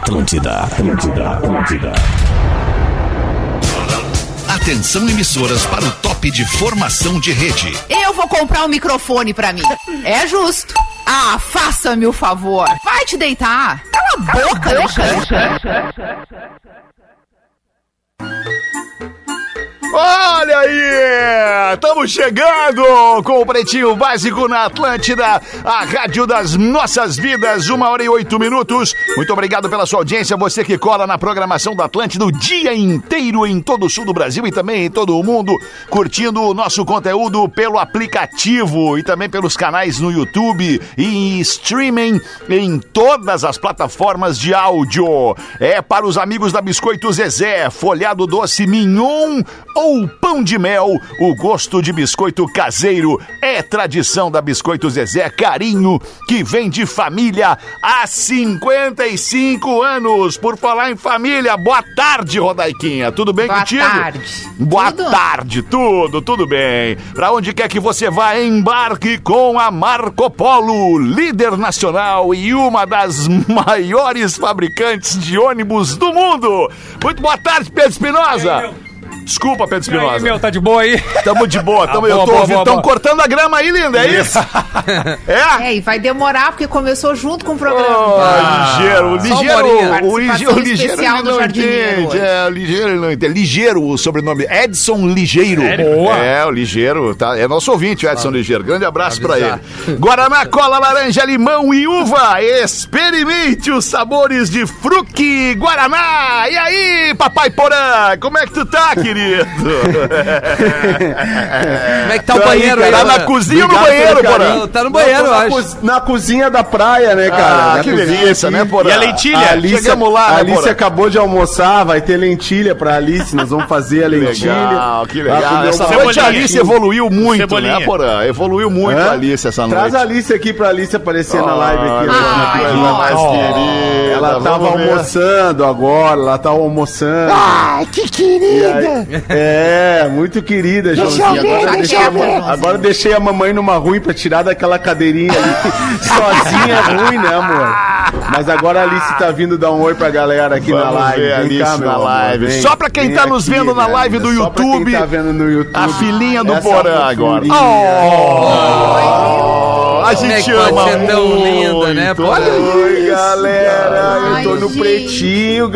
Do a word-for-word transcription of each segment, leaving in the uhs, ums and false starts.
Atlântida, Atlântida, Atlântida. Atenção, emissoras, para o top de formação de rede. Eu vou comprar um microfone pra mim. É justo. Ah, faça-me o favor. Vai te deitar. Cala a boca, Alexandre. Olha aí, estamos chegando com o Pretinho Básico na Atlântida, a rádio das nossas vidas, uma hora e oito minutos. Muito obrigado pela sua audiência, você que cola na programação da Atlântida o dia inteiro em todo o sul do Brasil e também em todo o mundo, curtindo o nosso conteúdo pelo aplicativo e também pelos canais no YouTube e streaming em todas as plataformas de áudio. É para os amigos da Biscoito Zezé, folhado doce mignon ou pão de mel, o gosto de biscoito caseiro é tradição da Biscoito Zezé, carinho que vem de família há cinquenta e cinco anos. Por falar em família, boa tarde, Rodaiquinha, tudo bem boa contigo? Boa tarde. Boa tudo? tarde, tudo, tudo bem. Pra onde quer que você vá, embarque com a Marco Polo, líder nacional e uma das maiores fabricantes de ônibus do mundo. Muito boa tarde, Pedro Espinosa. Desculpa, Pedro Espinosa. Aí, meu, tá de boa aí? Tamo de boa, tamo, ah, eu boa, tô boa, ouvindo. Estão cortando a grama aí, linda, é isso? é? É, e vai demorar, porque começou junto com o programa. Oh, ah, ligeiro, o ligeiro, o ligeiro, o ligeiro ele não entende. É, o ligeiro ele não entende. Ligeiro, o sobrenome, Edson Ligeiro. Boa. É, o Ligeiro, tá? É nosso ouvinte, o Edson ah, Ligeiro. Grande abraço pra ele. Guaraná, cola, laranja, limão e uva. Experimente os sabores de Fruque Guaraná. E aí, papai Porã, como é que tu tá, querido? Como é que tá o banheiro aí? Tá na cozinha ou no banheiro, Porã? Tá no banheiro, eu acho. Co- na cozinha da praia, né, cara? Ah, na que cozinha delícia, aqui. né, Porã? E a lentilha? A Alice, Chegamos lá, a né, Alice Porã? acabou de almoçar, vai ter lentilha pra Alice, nós vamos fazer a lentilha. Legal, que legal. Essa um noite a Alice evoluiu muito, Cebolinha. né, Porã? Evoluiu muito Hã? a Alice essa noite. Traz a Alice aqui pra Alice aparecer na live aqui. Ah, aqui, coisa mais oh, querida. ela tava Vamos ver. almoçando agora, ela tava almoçando. Ai, que querida! Aí, é, muito querida, Joãozinho. Agora, deixei a, agora deixei a mamãe numa ruim pra tirar daquela cadeirinha ali. Sozinha é ruim, né, amor? Mas agora a Alice tá vindo dar um oi pra galera aqui. Vamos na live. Ver a Alice cá, na live. Vem, só pra quem tá nos vendo aqui, na live do só YouTube. Pra quem tá vendo no YouTube. A filhinha do Essa Porã agora. Oh, a gente Como é que ama pode ser tão muito. linda, né? Olha Oi, galera. Ai, eu tô no gente. pretinho,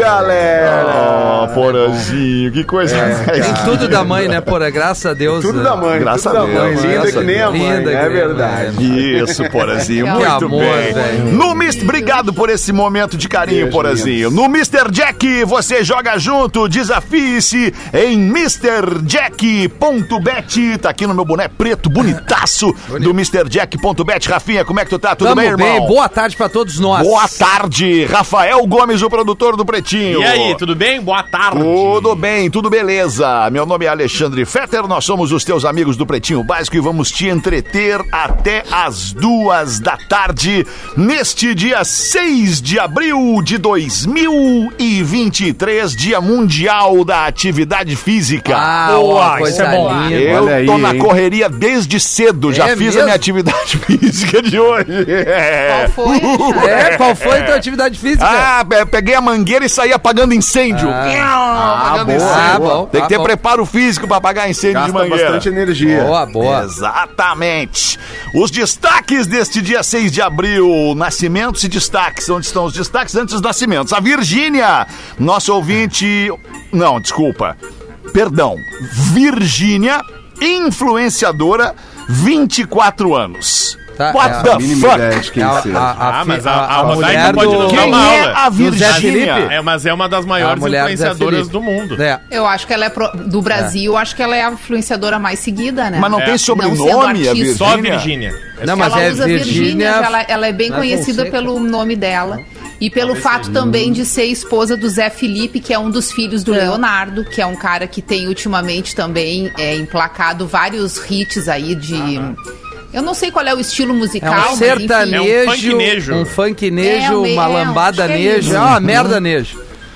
galera. Oh, Porãzinho, que coisa. É, Tem tudo da mãe, né, Porã? Graças a Deus. Tudo da mãe, Graças tudo a da Deus, mãe. Linda graças que nem a mãe, Linda é que nem a verdade. Isso, Porazinho, Que muito amor, bem. velho. No Mister Obrigado por esse momento de carinho, Beijo, Porazinho. No mister Jack, você joga junto, desafie-se em mister jack ponto bet. Tá aqui no meu boné preto, bonitaço, do mister jack ponto bet. Rafinha, como é que tu tá? Tudo Tamo bem, irmão? bem, boa tarde pra todos nós. Boa tarde, Rafael Gomes, o produtor do Pretinho. E aí, tudo bem? Boa tarde. Tudo bem, tudo beleza. Meu nome é Alexandre Fetter, nós somos os teus amigos do Pretinho Básico e vamos te entreter até as duas da tarde, neste dia seis de abril de dois mil e vinte e três, Dia Mundial da Atividade Física. Ah, Boa, coisa isso é bom. linda. Eu Olha aí, tô na hein? correria desde cedo, já É fiz mesmo? a minha atividade física de hoje. É. Qual foi, Alexandre? É, qual foi a tua atividade física? Ah, pe- peguei a mangueira e saí apagando incêndio. Ah, apagando boa, incêndio. ah, bom, Tem que ah, ter bom. preparo físico pra apagar incêndio Gasta de mangueira. bastante energia. Boa, boa. Exatamente. Os destaques deste dia seis de abril, nascimentos e destaques. Onde estão os destaques antes dos nascimentos? A Virgínia, nosso ouvinte... Não, desculpa. Perdão. Virgínia, influenciadora, vinte e quatro anos. Tá, What é, the A mínima fuck? ideia de quem A- seja. a- a Ah, mas fi- a, a, mulher Rodaica pode do- nos dar Quem uma é aula. a Do Zé Virgínia? Felipe? É, mas é uma das A maiores mulher do Zé influenciadoras Felipe. do mundo. É. Eu acho que ela é pro- do Brasil, acho que ela é a influenciadora mais seguida, né? Mas não É. tem Não sobrenome, sendo a artista. Virgínia? Só a Virgínia. Não, mas ela é usa Virgínia, Virgínia. ela, ela é bem Mas conhecida Fonseca. pelo nome dela. E pelo fato também de ser esposa do Zé Felipe, que é um dos filhos do Leonardo, que é um cara que tem ultimamente também é, emplacado vários hits aí de... Eu não sei qual é o estilo É musical, um mas enfim. sertanejo, É um funknejo. um funknejo, É, uma é, lambada acho que é nejo, isso. é uma merda nejo.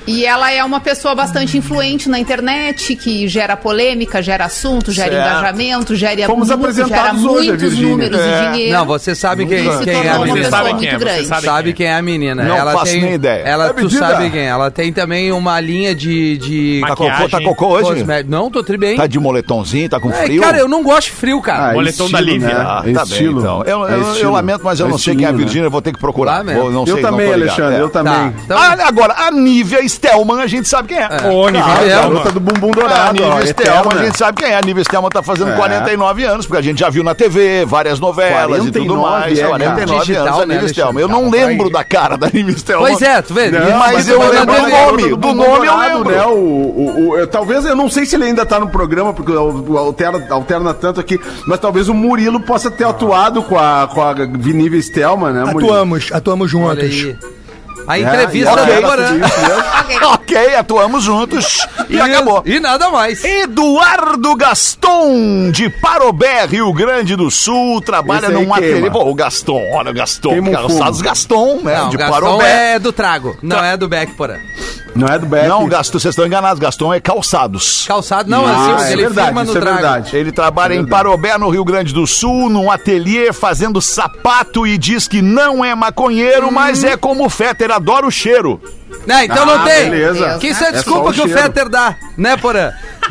E ela é uma pessoa bastante influente na internet, que gera polêmica, gera assunto, gera Certo. engajamento, gera, Fomos mu- gera apresentados hoje, muitos Virgínia. números É. e dinheiro. Não, você sabe quem, Isso quem é a tornou uma menina. pessoa Sabe muito quem é, você grande. sabe Sabe quem é a menina? Não ela faço tem, nem ideia. Ela, É tu medida. sabe quem? Ela tem também uma linha de. de Tá cocô, Maquiagem. tá cocô hoje? cosmé- Não, tô tri bem. Tá de moletomzinho, tá com É, frio? cara, eu não gosto de frio, cara. Ah, Boletão estilo, da Lívia. né? Ah, É tá estilo. bem, então. Eu, É eu- eu estilo. lamento, mas eu É não sei quem é a estilinho, né? Virgínia, eu vou ter que procurar. Lamento. Vou, não sei, Eu não também, tô ligado. Alexandre, É. eu também. Tá, então, Ah, agora, a Nívia Stelman, a gente sabe quem é. Ô, Nívia, Ah, a é, garota do bumbum A dourado, ó, Nívia Stelman, eterna. a gente sabe quem é. A Nívia Stelman tá fazendo É. quarenta e nove anos, porque a gente já viu na T V, várias novelas e tudo quarenta e nove, mais. é, quarenta e nove digital, anos, a né, Nívia Stelman. Eu Alexandre? não Calma, lembro aí. da cara da Nívia Stelman. Pois é, tu vê? Não, mas eu é lembro a do garota nome, do bumbum nome eu dourado, lembro. né? O, o, o- eu- talvez, eu não sei se ele ainda tá no programa, porque o- o alterna, alterna tanto aqui, mas talvez o Murilo possa ter atuado com a, com a Nívia Stelman, né, Murilo? Atuamos, atuamos Olha juntos. aí. A É, entrevista e ela do era Porã. tudo isso mesmo. Ok, atuamos juntos e acabou. E nada mais. Eduardo Gaston, de Parobé, Rio Grande do Sul, trabalha Esse aí num ateliê. queima. Pô, o Gaston, olha o Gaston, Queima um calçados fumo. Gaston, né? Não, de o Gastão Parobé. é do Trago, não é do Beck, Porã. Não é do Beck? Não, Gaston, vocês estão enganados, Gaston é calçados. Calçado, não, Ah, assim, é mas ele verdade, firma no isso é Trago. verdade. Ele trabalha É em verdade. Parobé, no Rio Grande do Sul, num ateliê fazendo sapato e diz que não é maconheiro, mas é como o Fetter, adora o cheiro. Não, então Ah, não tem. beleza. Que isso é É desculpa só o que o cheiro. Fetter dá, né, Porã?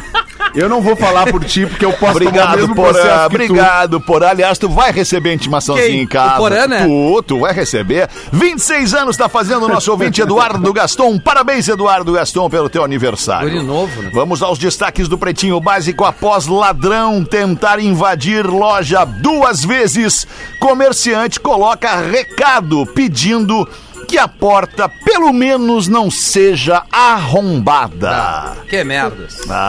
Eu não vou falar por ti, porque eu posso tomar o Obrigado, mesmo Porã. processo que Obrigado, Porã. Aliás, tu vai receber intimaçãozinha Quem? em casa. O Porã, né? Tu, tu vai receber. vinte e seis anos tá fazendo o nosso ouvinte Eduardo Gaston. Parabéns, Eduardo Gaston, pelo teu aniversário. Guri novo, né? Vamos aos destaques do Pretinho Básico. Após ladrão tentar invadir loja duas vezes, comerciante coloca recado pedindo que a porta, pelo menos, não seja arrombada. Que merda.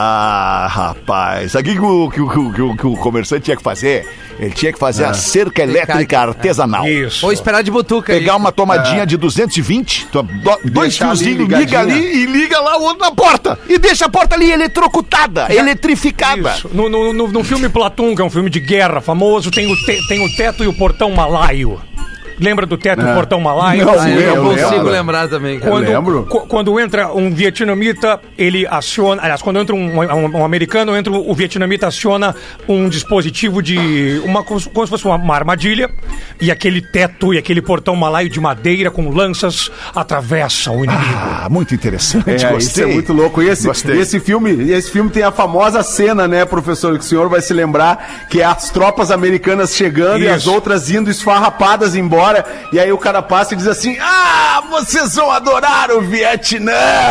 Ah, rapaz. Sabe o que, o- que, o- que, o- que o comerciante tinha que fazer? Ele tinha que fazer a cerca elétrica artesanal. Isso. Ou esperar de butuca Pegar aí. uma tomadinha de duzentos e vinte, to- do- dois Deixar ali fiozinhos, liga ligadinha. ali e liga lá o outro na porta. E deixa a porta ali eletrocutada, eletrificada. Isso. No, no, no, no filme Platum, que é um filme de guerra famoso, tem o, te- tem o teto e o portão malaio. Lembra do teto e o portão malaio? Não, Ah, eu Eu não consigo lembro. lembrar também, cara. Quando, lembro. qu- quando entra um vietnamita, ele aciona. Aliás, quando entra um, um- um americano, entra o vietnamita aciona um dispositivo de. Uma, como se como se fosse uma, uma armadilha. E aquele teto e aquele portão malaio de madeira com lanças atravessa o inimigo. Ah, muito interessante, É, gostei. isso é muito louco. E esse, Gostei. e esse filme, esse filme tem a famosa cena, né, professor, que o senhor vai se lembrar, que é as tropas americanas chegando e as Isso. outras indo esfarrapadas embora. E aí o cara passa e diz assim: ah, vocês vão adorar o Vietnã!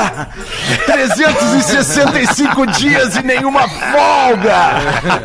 trezentos e sessenta e cinco dias e nenhuma folga!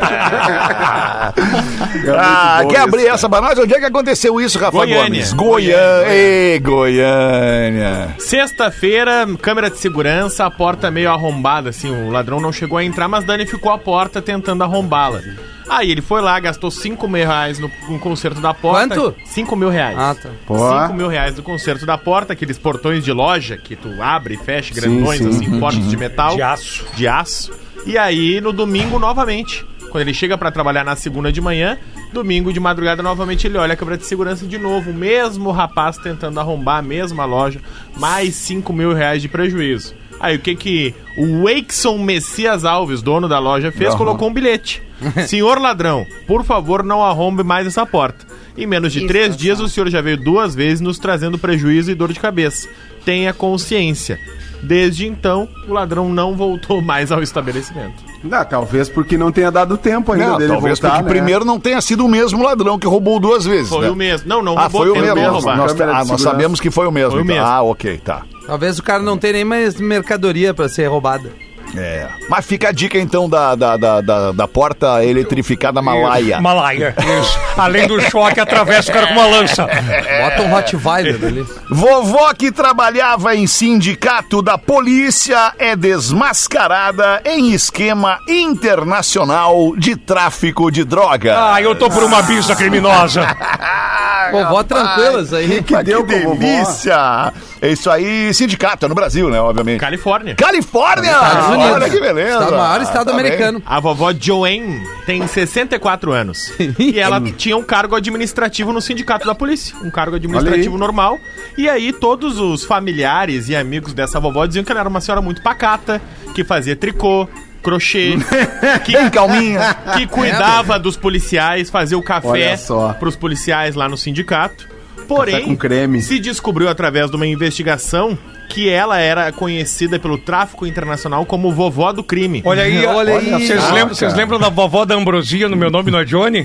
É Ah, muito bom quer abrir isso, essa pra nós? Onde é que aconteceu isso, Rafa Goiânia. Gomes? Goiânia. Ei, Goiânia. Sexta-feira, câmera de segurança, a porta meio arrombada, assim, o ladrão não chegou a entrar, mas danificou a porta tentando arrombá-la. Aí ele foi lá, gastou cinco mil reais no, no conserto da porta. Quanto? cinco mil reais. Ah, tá. Pô. cinco mil reais no conserto da porta, aqueles portões de loja que tu abre e fecha, grandões, sim. assim, portas de metal. De aço. De aço. E aí, no domingo, novamente. Quando ele chega pra trabalhar na segunda de manhã, domingo de madrugada, novamente ele olha a câmera de segurança de novo. O mesmo rapaz tentando arrombar a mesma loja, mais cinco mil reais de prejuízo. Aí o que que o Wakeson Messias Alves, dono da loja, fez? Aham. Colocou um bilhete. Senhor ladrão, por favor, não arrombe mais essa porta. Em menos de Que três situação. dias, o senhor já veio duas vezes nos trazendo prejuízo e dor de cabeça. Tenha consciência. Desde então, o ladrão não voltou mais ao estabelecimento. Não, talvez porque não tenha dado tempo ainda Não, dele talvez voltar, porque né? primeiro não tenha sido o mesmo ladrão que roubou duas vezes. Foi né? o mesmo. Não, não Ah, roubou, foi o tentou mesmo. roubar. Nós, Câmera de ah, nós segurança. sabemos que foi o mesmo. Foi o então. mesmo. Ah, ok, tá. Talvez o cara não tenha nem mais mercadoria pra ser roubada. É. Mas fica a dica então da, da, da, da, da porta eletrificada Malaia. Malaia, isso. Além do choque, atravessa o cara com uma lança. Bota um Rottweiler ali. Vovó que trabalhava em sindicato da polícia é desmascarada em esquema internacional de tráfico de droga. Ah, eu tô por uma bisa criminosa. Vovó tranquila, isso aí. Que, deu que com a delícia! É isso aí, sindicato, é no Brasil, né, obviamente. Califórnia. Califórnia! Estados Unidos. Olha que beleza! Estado maior estado Tá bem. americano. A vovó Joanne tem sessenta e quatro anos. E ela tinha um cargo administrativo no sindicato da polícia. Um cargo administrativo normal. E aí todos os familiares e amigos dessa vovó diziam que ela era uma senhora muito pacata, que fazia tricô, crochê, que, Bem calminha. que cuidava dos policiais, fazia o café Olha só. pros policiais lá no sindicato. Porém, com creme. se descobriu através de uma investigação que ela era conhecida pelo tráfico internacional como vovó do crime. Olha aí, olha aí. Vocês só, lembram, vocês cara. lembram da vovó da Ambrosia no Meu Nome Não é Johnny?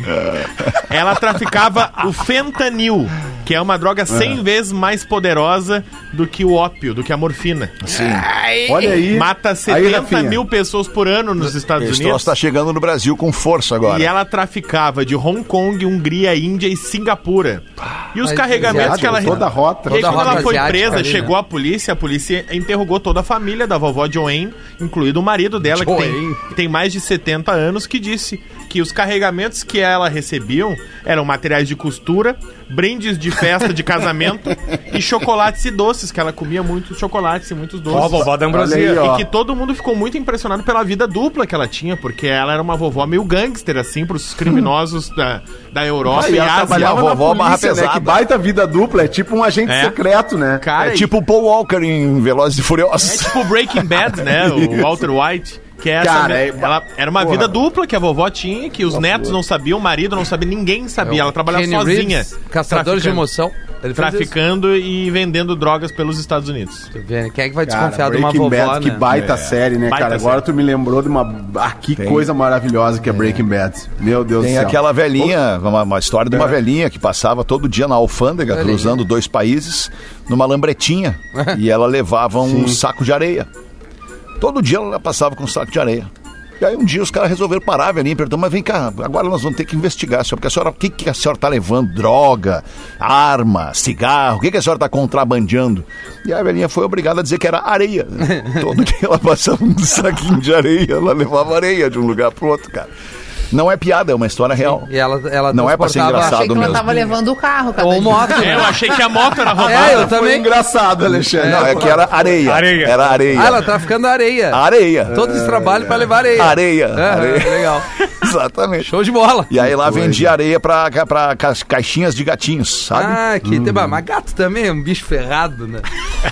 Ela traficava o fentanil, que é uma droga cem vezes mais poderosa do que o ópio, do que a morfina. Sim. Olha aí. Mata Aí, setenta Rafinha. mil pessoas por ano nos Estados Esse Unidos. troço tá chegando no Brasil com força agora. E ela traficava de Hong Kong, Hungria, Índia e Singapura. E os Mas carregamentos asiático, que ela... toda a rota. E aí, Toda a quando ela rota foi asiática presa, ali, chegou né? a polícia, a polícia interrogou toda a família da vovó Joanne, incluído o marido dela, que tem, Joanne. que tem mais de setenta anos, que disse que os carregamentos que ela recebiam eram materiais de costura, brindes de festa de casamento e chocolates e doces, que ela comia muitos chocolates e muitos doces. Ó, a vovó da Olha aí, Ambrosia. ó. E que todo mundo ficou muito impressionado pela vida dupla que ela tinha, porque ela era uma vovó meio gangster, assim, pros criminosos da, da Europa Aí e ela Ásia. trabalhava a na vovó barra polícia, né? pesada. Que baita vida dupla, é tipo um agente É. secreto, né? Cara, É tipo o Paul Walker em Velozes e Furiosos. É tipo Breaking Bad, né? O Walter White. Que é essa, Cara, é- ela era uma porra. vida dupla que a vovó tinha, que os netos não sabiam, o marido não sabia, ninguém sabia. Ela trabalhava Kenny sozinha. Reeves, caçador de traficando- emoção. Ele faz isso. Traficando e vendendo drogas pelos Estados Unidos. Tô vendo. Quem é que vai Cara, desconfiar de uma Breaking vovó, Bad, que né? baita série, né, Baita cara? Agora série. tu me lembrou de uma... Ah, que coisa maravilhosa que é Breaking Bad. Meu Deus Tem do céu. aquela velhinha, uma, uma história de uma É. velhinha que passava todo dia na alfândega, Velhinha. cruzando dois países, numa lambretinha. E ela levava um saco de areia. Todo dia ela passava com um saco de areia. E aí um dia os caras resolveram parar a velhinha e perguntaram, mas vem cá, agora nós vamos ter que investigar a senhora, porque a senhora, o que, que a senhora tá levando? Droga, arma, cigarro, o que, que a senhora tá contrabandeando? E a velhinha foi obrigada a dizer que era areia. Todo dia ela passava um saquinho de areia, ela levava areia de um lugar pro outro, cara. Não é piada, é uma história real. E ela, ela Não é pra ser transportava- engraçado. Achei que ela mesmo. tava levando o carro, cada Ou dia. moto. É, eu achei que a moto era roubada. É, eu Foi também. engraçado, Alexandre. Não, é que era areia. Areia. Era areia. Ah, ela tá ficando areia. Areia. Todo esse trabalho pra levar areia. Areia. É, Areia. legal. Exatamente. Show de bola. E aí lá vendia areia pra, pra ca- caixinhas de gatinhos, sabe? Ah, que tem. Mas gato também é um bicho ferrado, né?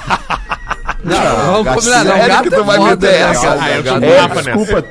Não, vamos gato combinar. Não, sério gato que tu é vai foda, meter né, essa? cara? Ah, eu Gato- sou É, Rafa nessa. desculpa.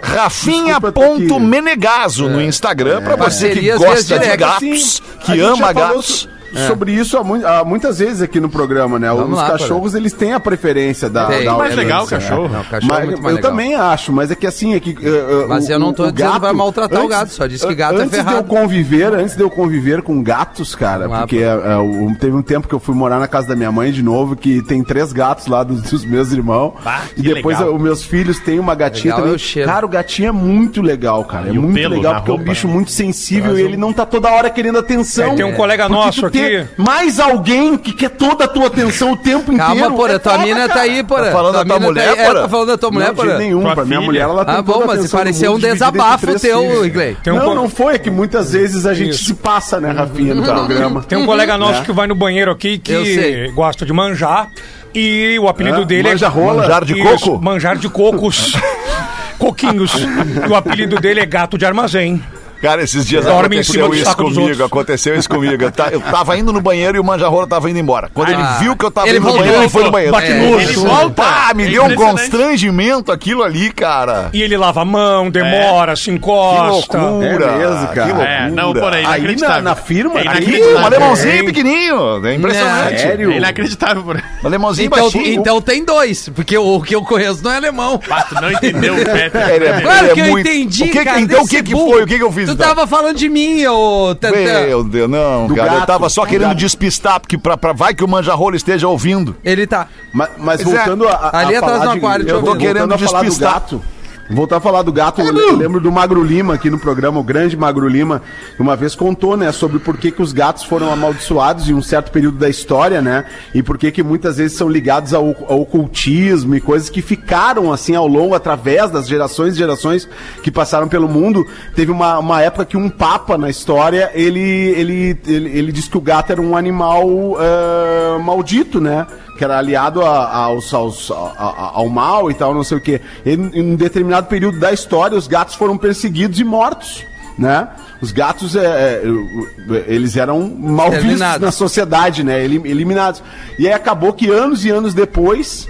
Rafinha.menegaso no Instagram pra você que Parcerias gosta via de direct. gatos, A que gente ama já falou gatos. so- Sobre isso há, mu- há muitas vezes aqui no programa, né? Vamos Os lá, cachorros, eles têm a preferência da, Tem. da Mais audiência, legal o né? cachorro. Não, o cachorro Mas é muito mais eu legal. também acho, mas é que assim, é que... uh, uh, Mas o- eu não tô o dizendo que vai maltratar o antes- gato, só disse que gato é antes ferrado. de eu conviver, antes de eu conviver com gatos, cara, Vamos lá, porque pô. uh, uh, teve um tempo que eu fui morar na casa da minha mãe de novo, que tem três gatos lá dos, dos meus irmãos, Bah, e que depois legal. uh, os meus filhos têm uma gatinha Legal é também. o cheiro. Cara, o gatinho é muito legal, cara, é E o muito pelo legal, na porque é um roupa, bicho né? muito sensível e ele não tá toda hora querendo atenção. É, tem um colega Porque nosso tu ter aqui- mais alguém que quer toda a tua atenção o tempo inteiro. Calma, porra, é tua foda, mina tá cara. aí, porra. Tá falando da tua mina mulher, tá aí. É, porra? tá falando da tua mulher, Não, de porra. jeito nenhum. Tua Pra minha filha. mulher, ela tem Ah, bom, toda a mas atenção do pareceu mundo um dividida entre desabafo três teu, filhos. Igley. Tem um não, co- não foi, é que muitas vezes a gente Isso. se passa, né, Rafinha, no programa. Tem um colega nosso que vai no banheiro aqui Eu sei. que gosta de manjar. E o apelido Ah, dele manja é. rola? Manjar de Isso, coco? Manjar de cocos. Coquinhos. E o apelido dele é gato de armazém. Cara, esses dias Dorme em cima aconteceu do isso saco dos comigo, outros. aconteceu isso comigo. Eu, ta- eu tava indo no banheiro e o manjarrola tava indo embora. Quando ele Ah, viu que eu tava ele indo no voltou, banheiro, ele foi no banheiro. bate É, no ele urso. volta. Pá, me É deu um impressionante. constrangimento aquilo ali, cara. E ele lava a mão, demora, se Que encosta. loucura. É mesmo, cara. Que loucura. É, não, por aí, Aí na, inacreditável. na firma, É aí, Ih, inacreditável. um alemãozinho Tem. pequenininho. É impressionante. sério? É inacreditável, por aí. Um alemãozinho Então, baixinho. então tem dois, porque o que eu conheço não é alemão. Ah, tu não entendeu o Peter. Ele é- Claro ele é que eu muito- entendi, O que que- cara. então o desse que que burro. foi? O que que eu fiz? Tu então? tava falando de mim, ô... Tantã. Meu Deus, não, Do cara. Eu gato. tava só Do querendo gato. despistar, porque pra, pra vai que o manjarrola esteja ouvindo. Ele tá. Mas, mas Pois é. voltando a, a Ali atrás falar do de- aquário, eu tô voltando querendo a falar do despistar. gato, Voltar a falar do gato, eu le- lembro do Magro Lima aqui no programa, o grande Magro Lima, que uma vez contou, né, sobre por que, que os gatos foram amaldiçoados em um certo período da história, né, e por que que muitas vezes são ligados ao, ao ocultismo e coisas que ficaram, assim, ao longo, através das gerações e gerações que passaram pelo mundo. Teve uma, uma época que um papa na história, ele, ele, ele, ele disse que o gato era um animal uh, maldito, né, que era aliado a, aos, aos, a, a, ao mal e tal, não sei o quê. Em, em um determinado período da história, os gatos foram perseguidos e mortos, né? Os gatos, é, é, eles eram mal vistos Eliminados. na sociedade, né? Elim- Eliminados. E aí acabou que anos e anos depois,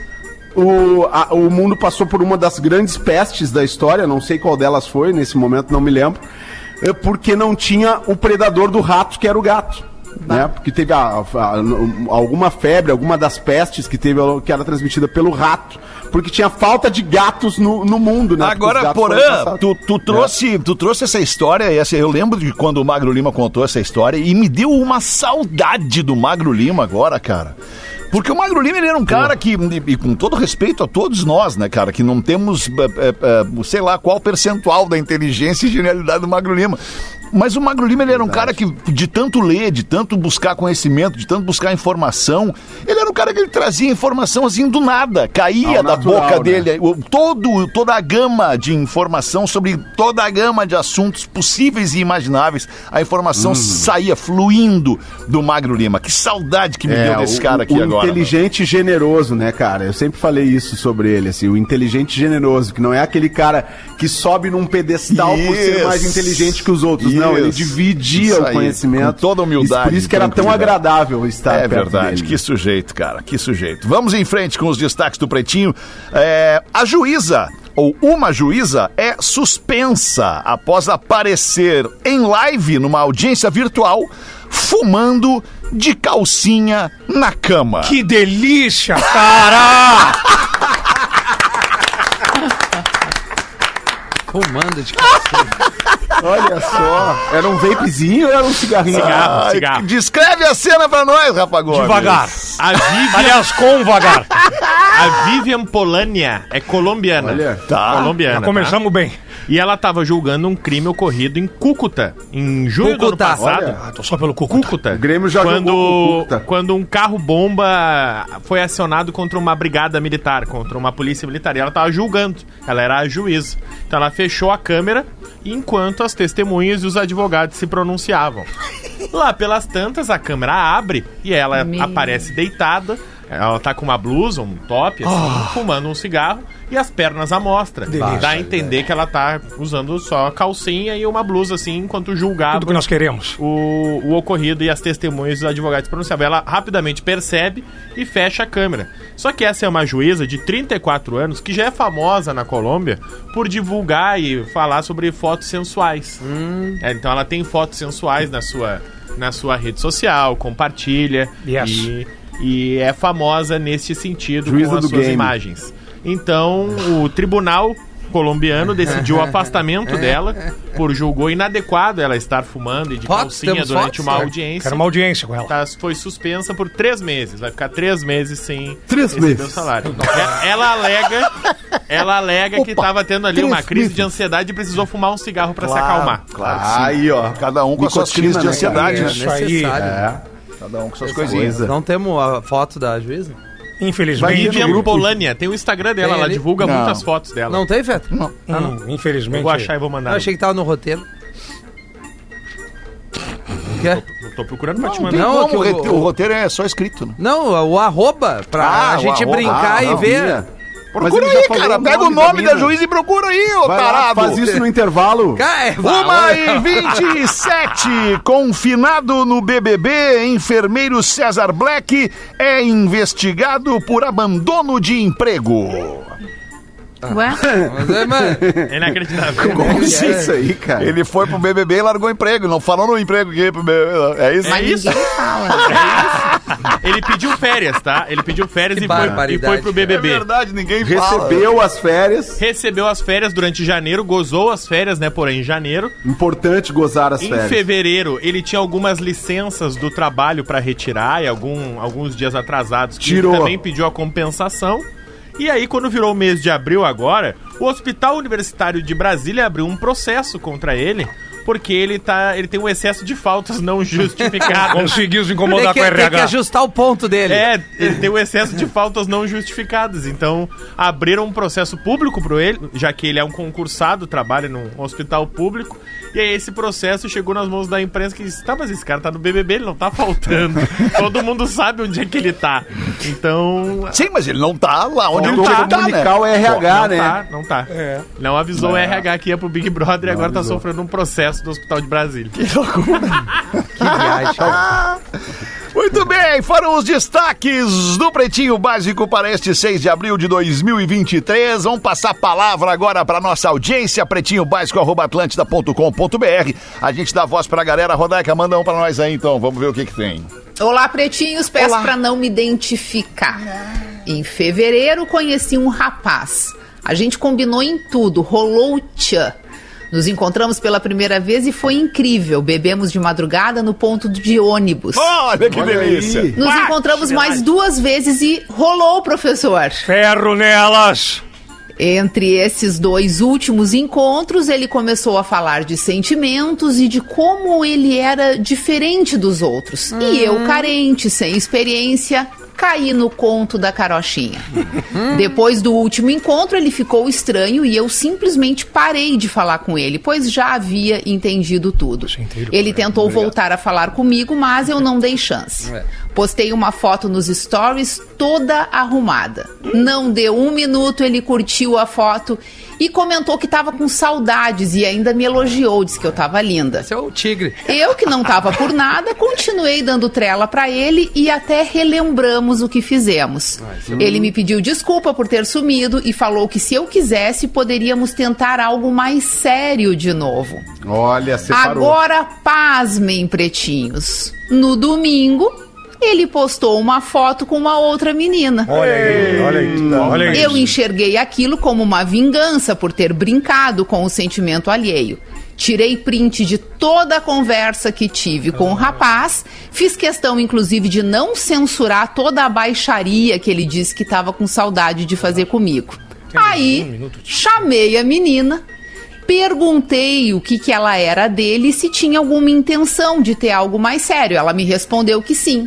o, a- o mundo passou por uma das grandes pestes da história, não sei qual delas foi, nesse momento não me lembro, é, porque não tinha o predador do rato, que era o gato. Né? Porque teve a- a- alguma febre, alguma das pestes que teve, que era transmitida pelo rato, porque tinha falta de gatos no, no mundo, né? Porque os Agora, gatos foram Porã, passados. tu, tu, trouxe, tu trouxe essa história, e essa, eu lembro de quando o Magro Lima contou essa história, e me deu uma saudade do Magro Lima agora, cara. Porque o Magro Lima, ele era um cara que, e, e com todo respeito a todos nós, né, cara, que não temos, é, é, sei lá, qual percentual da inteligência e genialidade do Magro Lima. Mas o Magro Lima, ele era um cara que, de tanto ler, de tanto buscar conhecimento, de tanto buscar informação, ele era um cara que ele trazia informação assim do nada, caía Ao da natural, boca né? dele, o- todo, toda a gama de informação sobre toda a gama de assuntos possíveis e imagináveis, a informação saía fluindo do Magro Lima. Que saudade que me deu desse o- cara aqui o agora. inteligente e generoso, né, cara? Eu sempre falei isso sobre ele, assim, o inteligente e generoso, que não é aquele cara que sobe num pedestal por ser Isso. mais inteligente que os outros. Não, ele Isso. dividia Isso o aí, conhecimento. com toda humildade, Isso, por isso que era tão tranquilidade. agradável estar É perto verdade, dele. que sujeito, cara, que sujeito. Vamos em frente com os destaques do Pretinho. É, a juíza, ou uma juíza, é suspensa após aparecer em live numa audiência virtual fumando de calcinha na cama. Que delícia, cara! Fumando de calcinha. Olha só, era um vapezinho ou era um cigarrinho? Cigarro, Ai, cigarro. Descreve a cena pra nós, Rafa Gomes. Devagar. A Vivian, Aliás, com vagar. a Vivian Polania é colombiana. Olha. Tá. Colombiana. Já tá? começamos bem. E ela tava julgando um crime ocorrido em Cúcuta, em junho do ano Cúcuta. passado. Olha. Ah, tô só pelo Cúcuta. Cúcuta. O Grêmio já quando, jogou com Cúcuta. quando um carro-bomba foi acionado contra uma brigada militar, contra uma polícia militar. E ela tava julgando. Ela era a juíza. Então ela fechou a câmera enquanto as testemunhas e os advogados se pronunciavam. Lá pelas tantas, a câmera abre e ela Meu. aparece deitada. Ela tá com uma blusa, um top, assim, fumando um cigarro e as pernas à mostra. Delícia. Dá a entender que ela tá usando só calcinha e uma blusa, assim, enquanto julgava Tudo que nós queremos. o, o ocorrido e as testemunhas e os advogados pronunciavam. Ela rapidamente percebe e fecha a câmera. Só que essa é uma juíza de trinta e quatro anos que já é famosa na Colômbia por divulgar e falar sobre fotos sensuais. É, então ela tem fotos sensuais na sua, na sua rede social, compartilha Yes. e, e é famosa nesse sentido Juíza com as do suas game. imagens. Então o tribunal colombiano decidiu o afastamento dela por julgou inadequado ela estar fumando e de Fotos? calcinha Temos durante fotos? uma É. audiência. Quero uma audiência com ela. Tá, foi suspensa por três meses. Vai ficar três meses sem Três receber meses. o salário. É- Ela alega, ela alega que estava tendo ali três uma crise meses. de ansiedade e precisou fumar um cigarro para se acalmar. Claro, sim. Aí, ó. Cada um com as suas Nicotina, crises de né, ansiedade. É né? Isso aí. necessário. É. Cada um com suas Coisa. coisinhas. Não temos a foto da juíza? Infelizmente. Vai Vivian no grupo. Polania, tem o Instagram dela, Tem ela ali? divulga Não. muitas fotos dela. Não tem, Feto? Hum, infelizmente. Eu vou achar e vou mandar. Eu achei que tava no roteiro. Quê? Eu tô procurando pra te Não, mandar. tem Não, como, que o- o, rete- o roteiro é só escrito, né? Não, o arroba, pra Ah, a o gente arroba. brincar Ah, e não, ver. minha. Procura Mas ele aí, já falou cara. o Pega o nome da nome da mina. juíza e procura aí, ô Vai lá, tarado. faz isso no intervalo. Cara, é- Uma e vinte e sete, confinado no B B B, enfermeiro César Black é investigado por abandono de emprego. Ué? Mas é, mano, É inacreditável. Como É. assim isso aí, cara? Ele foi pro B B B e largou emprego. Não falou no emprego que ia pro B B B. É isso? É Mas isso? ninguém fala. Ele pediu férias, tá? Ele pediu férias Que e foi, e barbaridade, foi pro B B B. É verdade, ninguém fala. Recebeu as férias. Recebeu as férias durante janeiro, gozou as férias, né? Porém, em janeiro. Importante gozar as Em férias. fevereiro, ele tinha algumas licenças do trabalho pra retirar e algum, alguns dias atrasados que Tirou. ele também pediu a compensação. E aí, quando virou o mês de abril agora, o Hospital Universitário de Brasília abriu um processo contra ele, porque ele, tá, ele tem um excesso de faltas não justificadas. Conseguiu se incomodar Tem com o que, tem R H. que ajustar o ponto dele. É, ele tem um excesso de faltas não justificadas. Então, abriram um processo público para ele, já que ele é um concursado, trabalha num hospital público. E aí esse processo chegou nas mãos da imprensa que disse, tá, mas esse cara tá no B B B, ele não tá faltando. Todo mundo sabe onde é que ele tá. Então... Sim, mas ele não tá lá onde Faltou ele tinha que tá, comunicar né? o R H, não né? tá, não tá. É. Não avisou o R H que ia pro Big Brother e agora avisou. tá sofrendo um processo do Hospital de Brasília. Que viagem. Muito bem, foram os destaques do Pretinho Básico para este seis de abril de dois mil e vinte e três. Vamos passar a palavra agora para nossa audiência, pretinho básico arroba atlântida ponto com ponto b r. A gente dá voz pra galera. Rodaica, manda um pra nós aí então, vamos ver o que que tem. Olá, pretinhos, peço pra não me identificar. Em fevereiro conheci um rapaz. A gente combinou em tudo, rolou o tchan. Nos encontramos pela primeira vez e foi incrível. Bebemos de madrugada no ponto de ônibus. Olha que Olha delícia. aí. Nos encontramos mais duas vezes e rolou, professor. Ferro nelas! Entre esses dois últimos encontros, ele começou a falar de sentimentos e de como ele era diferente dos outros. Hum. E eu, carente, sem experiência, caí no conto da carochinha. Depois do último encontro, ele ficou estranho e eu simplesmente parei de falar com ele, pois já havia entendido tudo. Ele tentou voltar a falar comigo, mas eu não dei chance. Postei uma foto nos stories toda arrumada. Não deu um minuto, ele curtiu a foto e comentou que tava com saudades e ainda me elogiou, disse que eu tava linda. Esse é o tigre. Eu, que não tava por nada, continuei dando trela pra ele e até relembramos o que fizemos. Ele me pediu desculpa por ter sumido e falou que se eu quisesse, poderíamos tentar algo mais sério de novo. Olha, separou. Agora, pasmem, pretinhos. No domingo, ele postou uma foto com uma outra menina. Olha aí, olha aí, olha aí. Eu enxerguei aquilo como uma vingança por ter brincado com o sentimento alheio. Tirei print de toda a conversa que tive com o rapaz. Fiz questão, inclusive, de não censurar toda a baixaria que ele disse que estava com saudade de fazer comigo. Aí, chamei a menina, perguntei o que, que ela era dele e se tinha alguma intenção de ter algo mais sério. Ela me respondeu que sim.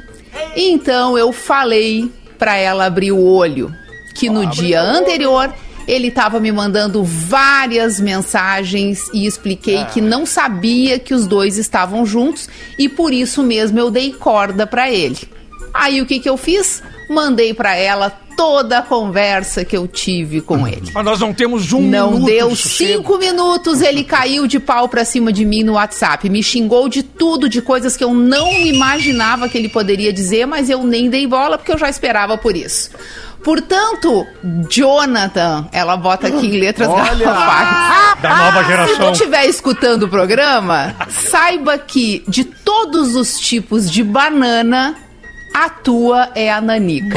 Então eu falei pra ela abrir o olho, que no dia anterior ele estava me mandando várias mensagens e expliquei que não sabia que os dois estavam juntos e por isso mesmo eu dei corda pra ele. Aí o que que eu fiz? Mandei pra ela toda a conversa que eu tive com ele. Mas nós não temos um Não minuto deu de sossego. cinco minutos, ele caiu de pau pra cima de mim no WhatsApp. Me xingou de tudo, de coisas que eu não imaginava que ele poderia dizer, mas eu nem dei bola porque eu já esperava por isso. Portanto, Jonathan, ela bota aqui em letras garrafais. Da nova Se geração. tu estiver escutando o programa, saiba que de todos os tipos de banana, a tua é a nanica.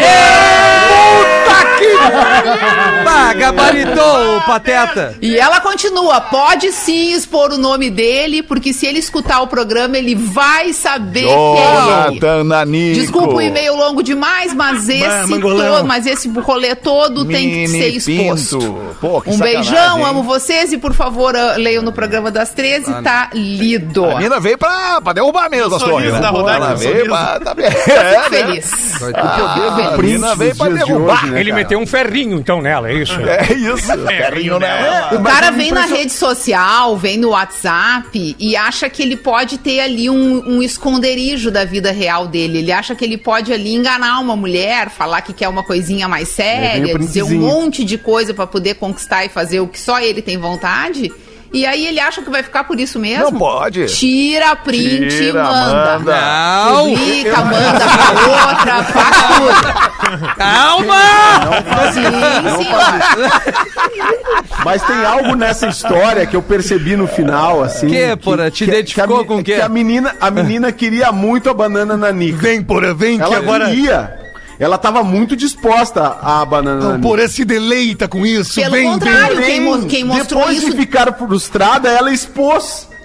Bah, gabaritou o pateta. E ela continua, pode sim expor o nome dele, porque se ele escutar o programa, ele vai saber quem é ele. Jonathan Nanico. Desculpa o e-mail longo demais, mas esse, mangolão. todo, mas esse rolê todo tem que ser exposto. Pinto. Pô, que Um sacanagem, beijão, hein? amo vocês e por favor uh, leiam no programa das treze, tá lido. A mina veio pra, pra derrubar mesmo as sorriso torres, né? da Rodaica, Ela o veio sorriso. pra... Tá bem. Fico É, né? feliz. Ah, a Prince mina veio dos pra dias de derrubar. hoje, né, Ele cara? meteu um ferrinho, então, nela, é isso? É isso. Ferrinho nela. O cara vem na rede social, vem no WhatsApp e acha que ele pode ter ali um, um esconderijo da vida real dele. Ele acha que ele pode ali enganar uma mulher, falar que quer uma coisinha mais séria, vem o dizer um princezinho. monte de coisa pra poder conquistar e fazer o que só ele tem vontade. E aí ele acha que vai ficar por isso mesmo? Não pode. Tira a print e Tira, manda. manda. Não. Publica, manda pra outra, faz tudo. Calma! Sim, sim. Mas tem algo nessa história que eu percebi no final, assim. Que, porra? Te identificou a, com o quê? Que a menina, a menina queria muito a banana nanica. Vem, porra, vem, Ela queria. Ela tava muito disposta a banana nanica. Porra, se deleita com isso. Pelo vem, contrário, vem. quem, mo- quem mostrou Depois isso... de ficar frustrada, ela expôs.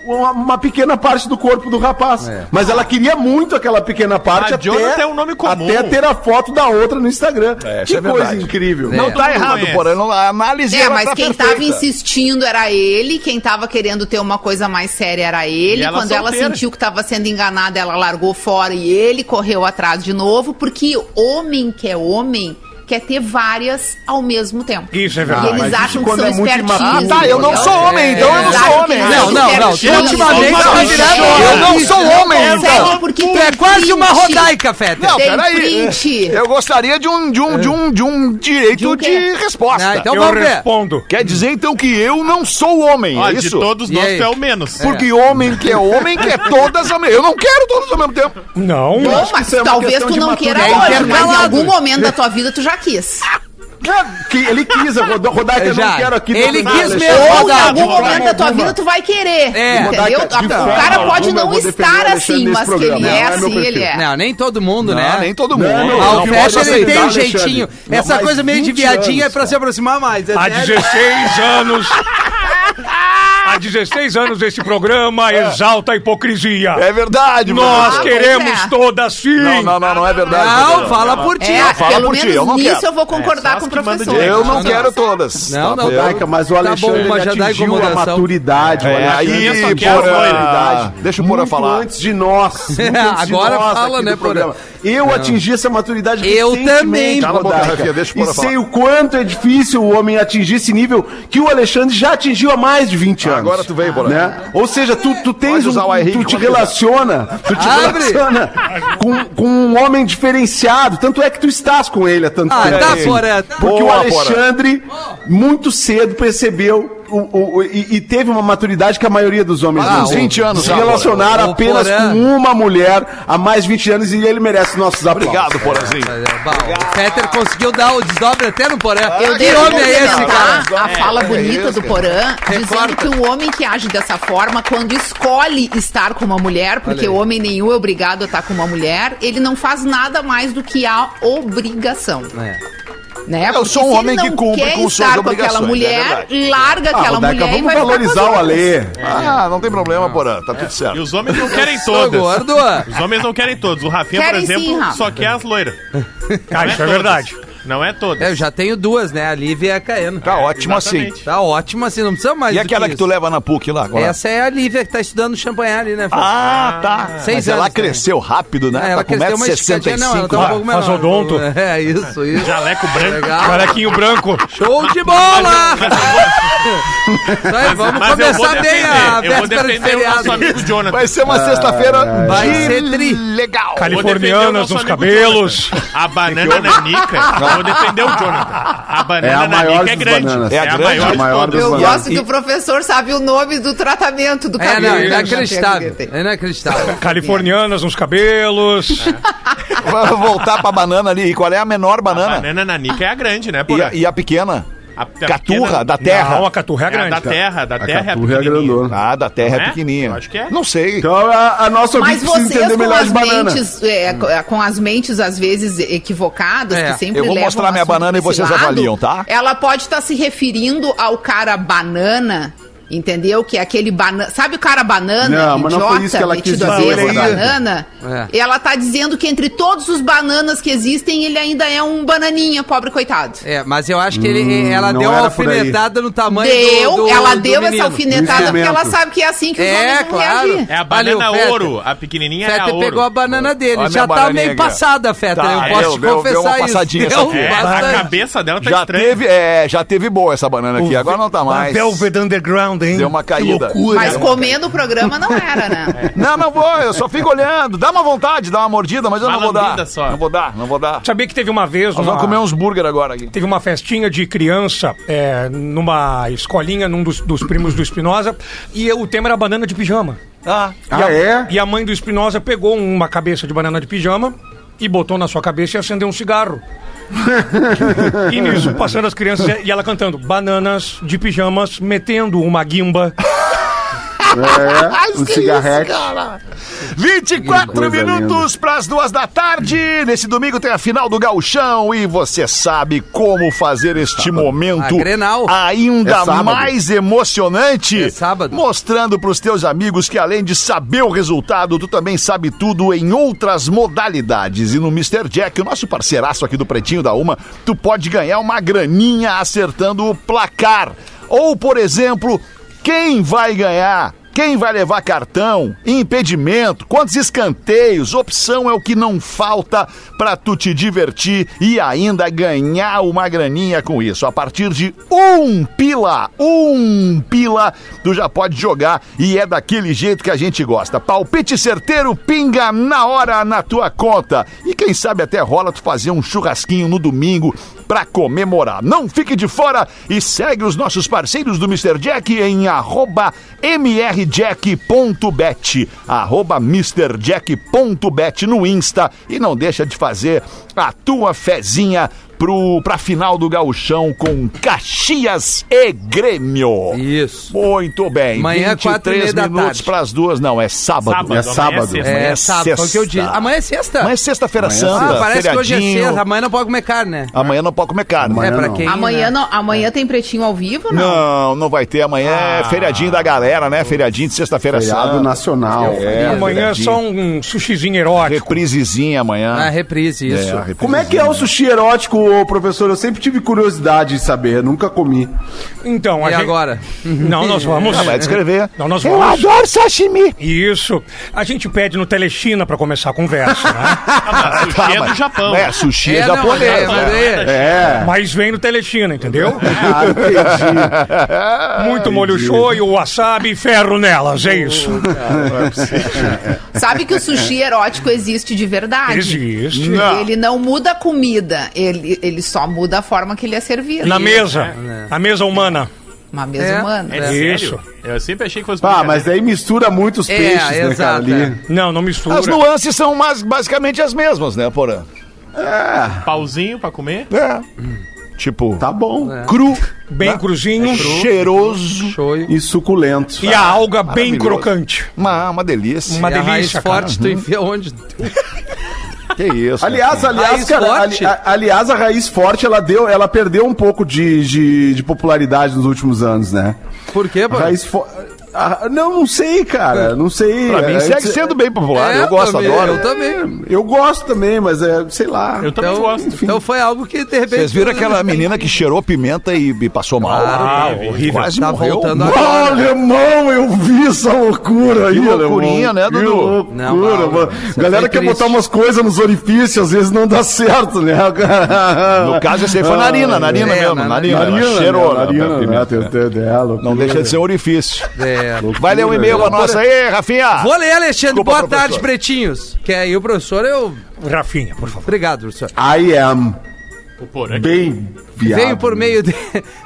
uma, uma pequena parte do corpo do rapaz. É. Mas ela queria muito aquela pequena parte a até, Jonathan é um nome comum. até ter a foto da outra no Instagram. É, que é coisa verdade. incrível. É. Não tá errado, conhece. porém, não- a análise É, ela mas tá quem perfeita. tava insistindo era ele, quem tava querendo ter uma coisa mais séria era ele. E ela Quando ela solteira. sentiu que tava sendo enganada, ela largou fora e ele correu atrás de novo, porque homem que é homem quer ter várias ao mesmo tempo. Isso é E verdade. mas eles isso acham que quando são é muito espertinhos. imaturo. Ah, tá, eu não entendeu? sou homem, então eu não Eles sou acham homem. que Não, são não, não. espertinhos. Ultimamente Não, tá não, virando não, homem. Eu não sou homem, Consegue então. porque Tu tem é quase uma print. rodaica, Fetter. Não, Tem peraí. print. Eu gostaria de um, de um, de um, de um direito De um de, quê? resposta. Ah, então Eu vamos ver. respondo. Quer dizer, então, que eu não sou homem, Ó, é de isso? todos E nós, aí? tu é o menos. Porque homem que é homem quer todas ao mesmo Eu não quero todas ao mesmo tempo. Não. Bom, acho que mas isso é uma talvez questão tu de não queira maturidade. hoje, mas em Intercalado. algum momento da tua vida tu já quis. É, que ele quis, a Roda- Rodaica, eu Já. não quero aqui. Ele defender quis o mesmo, Alexandre. Ou em Rodaica, algum de momento forma da tua alguma. vida tu vai querer. É. Entendeu? Rodaica, A- de O forma cara pode alguma eu não vou defender estar o Alexandre assim, nesse mas que ele programa. é Não é meu assim, ele perfil. é. Não, nem todo mundo, né? Não, nem todo mundo. Não, não, Ah, não o posso Fetter ele tem um aceitar, jeitinho. Alexandre. Essa Não, coisa mas meio de vinte viadinha é anos, pra cara. se aproximar mais. É Há sério. dezesseis anos. Há dezesseis anos esse programa exalta a hipocrisia. É verdade, Nós Ah, queremos pois é. todas sim. Não, não, não, não é verdade. Não, fala por ti. É, fala pelo por ti, menos eu não nisso quero. eu vou concordar É, com o só que manda professor. direito. Eu não Não, quero todas. Não, tá não, bom? Rodaica, mas o Tá Alexandre bom, mas já ele dá atingiu a incomodação. maturidade. o É, Alexandre aí, atingiu quero a Porã, maturidade. deixa o Porã Muito falar. antes de nós. muito antes de Agora nós fala, aqui né, do programa. Eu atingi essa maturidade Eu recentemente, também. Cala a boca, Rodaica. Rafinha, deixa o E Porã falar. sei o quanto é difícil o homem atingir esse nível que o Alexandre já atingiu há mais de vinte anos. Agora tu veio, Porã. Né? Ou seja, tu, tu tens Pode usar um, o Henrique tu te quando quiser. relaciona, tu te Abre. relaciona com, com um homem diferenciado. Tanto é que tu estás com ele há tanto Ah, tempo. tá, assim. Porã. tá. Porque Boa, o Alexandre, muito cedo, percebeu o, o- o- e, e teve uma maturidade que a maioria dos homens Ah, não uns tem. vinte anos Se já, relacionaram Porã. apenas O Porã. com uma mulher há mais de vinte anos e ele merece nossos aplausos. Obrigado, Porãzinho. Mas, é, bom, o Fetter conseguiu dar o desdobre até no Porã. Eu Que devo homem é esse, complementar cara? a fala É, bonita é do esse, Porã, dizendo Recorta. que o homem que age dessa forma, quando escolhe estar com uma mulher, porque homem nenhum é obrigado a estar com uma mulher, ele não faz nada mais do que a obrigação. É. Né? Eu Porque sou um se ele homem que não cumpre quer com suas estar com obrigações, aquela é mulher, verdade. larga Ah, aquela Rodaica, mulher e vamos vai ficar com valorizar as o outras. Alê. Ah, não tem problema, Porã. Tá tudo E certo. os homens não querem Sou todas. gordo. Os homens não querem todos. O Rafinha, Querem por exemplo, sim, Rafa. só quer as loiras. Ah, isso é verdade. Não é todas. É, eu já tenho duas, né? A Lívia e a Caena. Tá ótimo assim. Exatamente. Tá ótimo assim, não precisa mais E do aquela que isso. tu leva na P U C lá agora? Essa é a Lívia que tá estudando Champanhar, né? Fô? Ah, tá. Seis Mas ela anos cresceu rápido, né? É, ela Tá com cresceu um uma metro e sessenta e esticadinha, não, ela cinco. tá um pouco menor. faz odonto. É, isso, isso. Jaleco branco. Legal. Carequinho branco. Show de bola! Isso aí, vamos Mas eu vou começar bem defender, a eu vou véspera de defender o nosso feriado. amigo Jonathan. Vai ser uma sexta-feira Vai de ser tri. legal. Californianas nos cabelos. A banana nanica. Eu vou defender o Jonathan. A banana É a maior nanica é das grande. bananas. É a a grande, maior a de maior todas. das Eu bananas. gosto que o professor sabe o nome do tratamento do É, cabelo. não, né? inacreditável. É inacreditável. Californianas nos cabelos. Vamos voltar pra banana ali. E qual é a menor A banana? banana nanica é a grande, né, E porra? a, e a pequena? A- a Caturra, pequena- da terra. Não, a caturra é É a grande. da terra, da A terra é a caturra é pequenininha. grandona. Ah, da terra Não é é? pequenininha. Eu acho que é. Não sei. Então a, a nossa Mas ouvinte precisa vocês entender com melhor as de banana. mentes, é, co- com as mentes às vezes equivocadas, É. que sempre Eu vou levam mostrar o minha assunto banana e pra esse vocês lado, avaliam, tá? Ela pode estar se referindo ao cara banana, entendeu? Que é aquele banana. Sabe o cara banana? Não, mas não idiota, foi isso que ela quis metido a dizer, besta, Rodaica. banana. É. Ela tá dizendo que entre todos os bananas que existem, ele ainda é um bananinha, pobre coitado. É, mas eu acho que ele, ela não deu uma era por aí. alfinetada no tamanho Deu, do, do ela do deu menino. essa alfinetada porque ela Instrumento. sabe que é assim que os É, homens vão claro. reagir. É a Valeu, banana Fetter. ouro. A pequenininha é a Fetter ouro. pegou a banana dele. Olha a Já minha tá bananinha meio aqui, ó. passada, Fetter. Tá, eu deu, posso te deu- deu confessar uma isso. passadinha Deu essa aqui. É, a bastante. cabeça dela tá Já estranha. teve, é, já teve boa essa banana aqui. Agora não tá A mais. Velvet Underground, hein? Deu uma caída. Mas comendo o programa não era, né? Não, não vou, eu só fico olhando. Dá uma vontade, dá uma mordida, mas eu Uma não vou dar. lambida só. Não vou dar, não vou dar. Sabia que teve uma vez Nós uma, vamos comer uns burger agora aqui. teve uma festinha de criança é, numa escolinha, num dos, dos primos do Espinosa, e o tema era banana de pijama. Ah, Ah, é? E a mãe do Espinosa pegou uma cabeça de banana de pijama e botou na sua cabeça e acendeu um cigarro. E nisso, passando as crianças e ela cantando bananas de pijamas, metendo uma guimba. É, um cigarrete. vinte e quatro coisa minutos para as duas da tarde. Nesse domingo tem a final do Gauchão e você sabe como fazer este momento A Grenal. ainda É sábado. mais emocionante. É sábado. Mostrando para os teus amigos que além de saber o resultado, tu também sabe tudo em outras modalidades. E no mister Jack, o nosso parceiraço aqui do Pretinho da Uma, tu pode ganhar uma graninha acertando o placar. Ou, por exemplo, quem vai ganhar? Quem vai levar cartão, impedimento, quantos escanteios, opção é o que não falta pra tu te divertir e ainda ganhar uma graninha com isso. A partir de um pila, um pila, tu já pode jogar e é daquele jeito que a gente gosta. Palpite certeiro, pinga na hora na tua conta. E quem sabe até rola tu fazer um churrasquinho no domingo pra comemorar. Não fique de fora e segue os nossos parceiros do mister Jack em arroba mrjack.bet, arroba mrjack.bet no Insta e não deixa de fazer a tua fezinha pro, pra final do Gauchão com Caxias e Grêmio. Isso. Muito bem. Amanhã, quatro e meia da minutos tarde. pras duas. Não, é sábado. Sábado, É amanhã é sábado. sexta. Amanhã É, sábado, foi o que eu disse. sexta. Amanhã é sexta? Amanhã é sexta-feira Amanhã é santa. Ah, parece que hoje é feriadinho. sexta. Amanhã não pode comer carne, né? Amanhã não pode comer carne. Amanhã é, pra não. quem... Amanhã, né? não, amanhã tem pretinho ao vivo, não? Não, não vai ter. Amanhã é feriadinho da galera, né? Feriadinho de sexta-feira Feriado santa. nacional. É, Amanhã é feriadinho. só um sushizinho erótico. Reprisezinha amanhã. Ah, reprise, isso. É, a reprisezinha. Como é que é o sushi erótico, ô, professor? Eu sempre tive curiosidade de saber, nunca comi. Então, a E gente... agora? Não, nós vamos... Ah, vai descrever. Não, nós vamos... adoro sashimi. Isso. A gente pede no Telechina pra começar a conversa, né? Ah, mas sushi é do Japão. É, sushi é, É, não, japonês. é, mas né? é- É. Mas vem no Telechina, entendeu? Ah, entendi. Muito molho shoyu, wasabi e ferro nelas, é isso. Sabe que o sushi erótico existe de verdade. Existe. Não. Ele não muda a comida, ele, ele só muda a forma que ele é servido. Na mesa. A mesa humana. Uma mesa É. humana. É Isso. sério? Eu sempre achei que fosse Ah, brincadeira. mas daí mistura muitos É, peixes, né, cara, exato, ali. é. Não, não mistura. As nuances são mais, basicamente as mesmas, né, Porã? Pauzinho pra comer? É. Tipo, Tá bom. cru, Bem cruzinho. cheiroso Shoyu. E suculento. E a alga bem Maravilhoso. crocante. Uma, uma delícia. Uma E a raiz delícia, cara. forte, tu enfia onde? Que isso. Aliás, aliás, Raiz cara, forte? ali- a- aliás, a raiz forte, ela deu, ela perdeu um pouco de, de, de popularidade nos últimos anos, né? Por quê, A pô? raiz fo- a- não, não sei, cara, não sei. Pra mim É, segue é- sendo bem popular. É, eu gosto, também, adoro. Eu também. Eu gosto também, mas é, sei lá. Eu também Então, gosto. então foi algo que, de repente... Vocês viram aquela menina que cheirou pimenta e, e passou mal? Ah, teve. horrível. Quase Tá morreu. voltando Ah, agora. alemão, eu vi essa loucura aí, Que loucurinha, alemão. né, Que Dudu? loucura, Não, Mauro, mano. isso Galera foi quer triste. botar umas coisas nos orifícios, às vezes não dá certo, né? No caso, esse aí foi narina, narina É, mesmo. na- Narina, Narina, ela cheirou. né? né, Narina, pimenta. né? Tem- tem- tem- é, loucura. Não deixa de ser um orifício. É. Vai ler um e-mail pra nós aí, Rafinha. Vou ler, Alexandre. Desculpa, Boa professor. tarde, pretinhos. Que aí o professor, eu... Rafinha, por favor. Obrigado, professor. I am O porã. bem viado. Venho por meio de...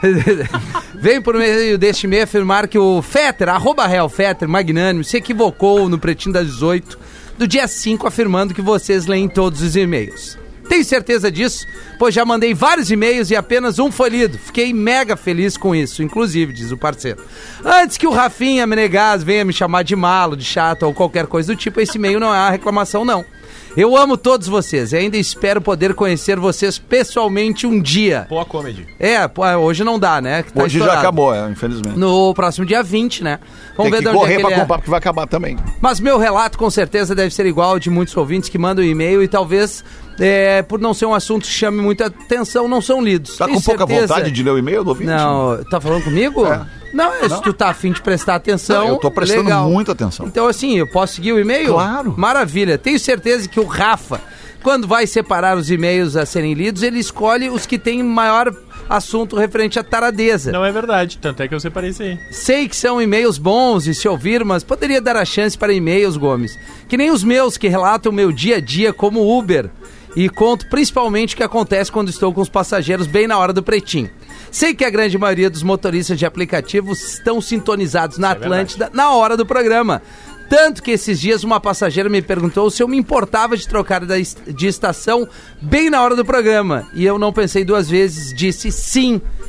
Venho por meio deste e-mail afirmar que o Fetter, arroba Real Fetter, magnânimo, se equivocou no Pretinho das dezoito do dia cinco, afirmando que vocês leem todos os e-mails. Tenho certeza disso, pois já mandei vários e-mails e apenas um foi lido. Fiquei mega feliz com isso, inclusive, diz o parceiro. Antes que o Rafinha Menegas venha me chamar de malo, de chato ou qualquer coisa do tipo, esse e-mail não é uma reclamação, não. Eu amo todos vocês e ainda espero poder conhecer vocês pessoalmente um dia. Boa comedy. É, pô, hoje não dá, né? Que tá Hoje já estourado. acabou, é, infelizmente. No próximo dia vinte, né? Vamos Tem ver que de onde é correr que pra ele é. comprar, porque vai acabar também. Mas meu relato com certeza deve ser igual ao de muitos ouvintes que mandam e-mail e talvez, é, por não ser um assunto que chame muita atenção, não são lidos. Tá Tenho com pouca certeza- vontade de ler o e-mail do ouvinte? Não, tá falando comigo? Não, é, se tu tá afim de prestar atenção. Não, eu tô prestando legal. muita atenção. Então, assim, eu posso seguir o e-mail? Claro. Maravilha. Tenho certeza que o Rafa, quando vai separar os e-mails a serem lidos, ele escolhe os que têm maior assunto referente à taradeza. Não é verdade, tanto é que eu separei isso aí. Sei que são e-mails bons e se ouvir, mas poderia dar a chance para e-mails, Gomes. Que nem os meus que relatam o meu dia a dia como Uber. E conto principalmente o que acontece quando estou com os passageiros bem na hora do pretinho. Sei que a grande maioria dos motoristas de aplicativos estão sintonizados na Atlântida na hora do programa. Tanto que esses dias uma passageira me perguntou se eu me importava de trocar da est- de estação bem na hora do programa. E eu não pensei duas vezes, disse sim.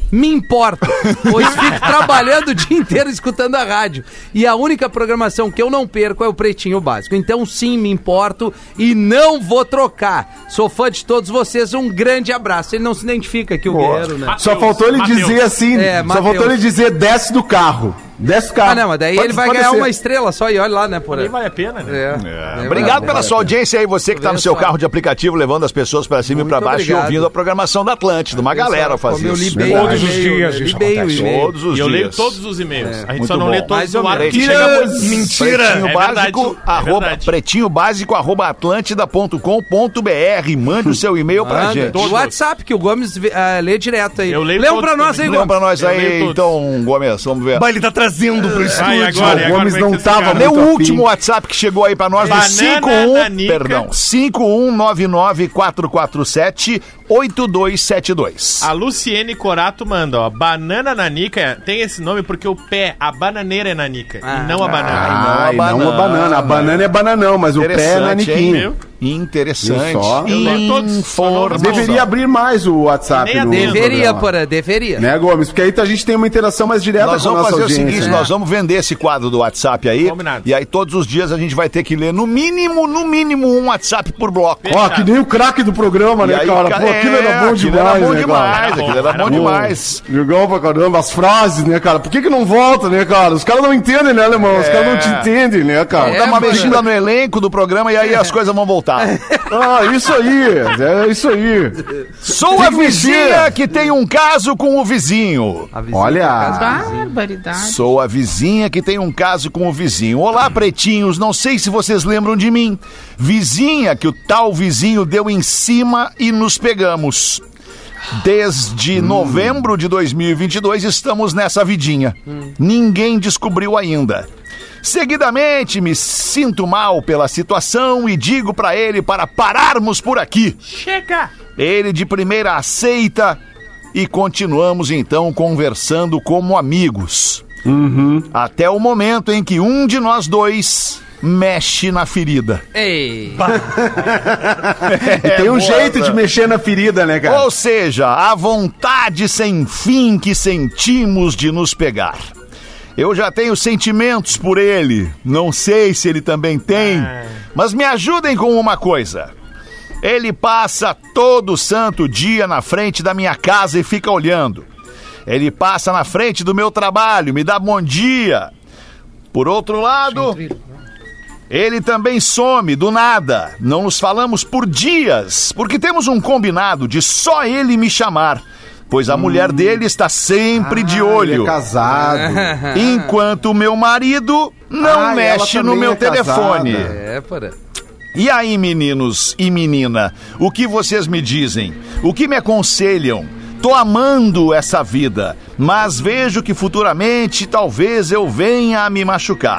me importo, pois fico trabalhando o dia inteiro escutando a rádio. E a única programação que eu não perco é o Pretinho Básico. Então sim, me importo e não vou trocar. Sou fã de todos vocês, um grande abraço. Ele não se identifica aqui, o Boa. Guerreiro, né? Mateus, Só faltou ele Mateus. dizer assim, É, só Mateus. faltou ele dizer desce do carro. Desce do carro. Ah, não, mas daí Pode- ele vai pode ganhar ser. uma estrela só e olha lá, né, por Nem aí. vale a pena, né? É. É, Obrigado é, pela é, sua audiência aí, você que tá no seu só. carro de aplicativo, levando as pessoas pra cima Muito e pra baixo obrigado. e ouvindo a programação da Atlântida. Uma galera faz Como eu li isso. bem Todos o os e-mail, dias né? Li isso bem o acontece. e-mail. Todos os E eu dias. leio todos os e-mails. A gente Muito só não bom. lê todos Mais ou no ar. menos. porque Mentira! chega muito- Mentira! Pretinho É básico, verdade, é arroba, verdade. pretinho básico, arroba atlântida ponto com ponto br. Mande o seu e-mail pra Manda. gente. O WhatsApp, que o Gomes ah, lê direto aí. Eu leio Lê um todos pra nós aí, também. Lembra Gomes. pra nós Eu aí, leio todos. então, Gomes, vamos ver. Ele tá trazendo pro estúdio. Vai, agora, O e agora Gomes como é não que vocês tava ficaram? Lê o muito último afim. WhatsApp que chegou aí pra nós no Banana cinco um, nanica. perdão, cinco um nove nove quatro quatro sete oito dois sete dois. A Luciene Corato manda, ó. Banana nanica tem esse nome porque o pé, a bananeira é nanica Ah. e não a banana. Ah, e não a não a banana. banana. A banana é bananão, mas o pé é Interessante, naniquinho. hein? Interessante. Viu só? Eu leio todos, só não- Informação. Deveria abrir mais o WhatsApp Nem no adendo. Deveria, programa. porra, deveria. Né, Gomes? Porque aí a gente tem uma interação mais direta Nós com a vamos nossa fazer o audiência. seguinte, né? nós vamos vender esse quadro do WhatsApp aí. Combinado. E aí todos os dias a gente vai ter que ler no mínimo, no mínimo um WhatsApp por bloco. Ó, que nem o craque do programa, E né, aí, cara? ca- Pô, aquilo era bom aquilo demais, era bom né, demais, cara? aquilo era Era bom bom. demais. Legal pra caramba, as frases, né, cara? Por que que não volta, né, cara? Os caras não entendem, né, alemão? Os É. caras não te entendem, né, cara? É, Dá uma mano. mexida no elenco do programa e aí as coisas vão voltar. Ah, isso aí, é isso aí. Sou Tem a que vizinha mexer. que tem um caso com o vizinho. A vizinha Olha. da casa do vizinho. Barbaridade. Sou a vizinha que tem um caso com o vizinho. Olá, pretinhos, não sei se vocês lembram de mim. Vizinha que o tal vizinho deu em cima e nos pegamos. Desde novembro de dois mil e vinte e dois estamos nessa vidinha. Ninguém descobriu ainda. Seguidamente me sinto mal pela situação e digo pra ele para pararmos por aqui. Chega! Ele de primeira aceita e continuamos então conversando como amigos. Até o momento em que um de nós dois mexe na ferida. Ei. E tem um boa, jeito né? de mexer na ferida, né, cara? Ou seja, a vontade sem fim que sentimos de nos pegar. Eu já tenho sentimentos por ele, não sei se ele também tem, mas me ajudem com uma coisa. Ele passa todo santo dia na frente da minha casa e fica olhando. Ele passa na frente do meu trabalho, me dá bom dia. Por outro lado, ele também some do nada. Não nos falamos por dias, porque temos um combinado de só ele me chamar, pois a mulher dele está sempre de Ele olho. é casado. Enquanto o meu marido não Ah, e ela mexe no também meu é casada. telefone. É, porra. E aí, meninos e menina, o que vocês me dizem? O que me aconselham? Tô amando essa vida, mas vejo que futuramente talvez eu venha a me machucar.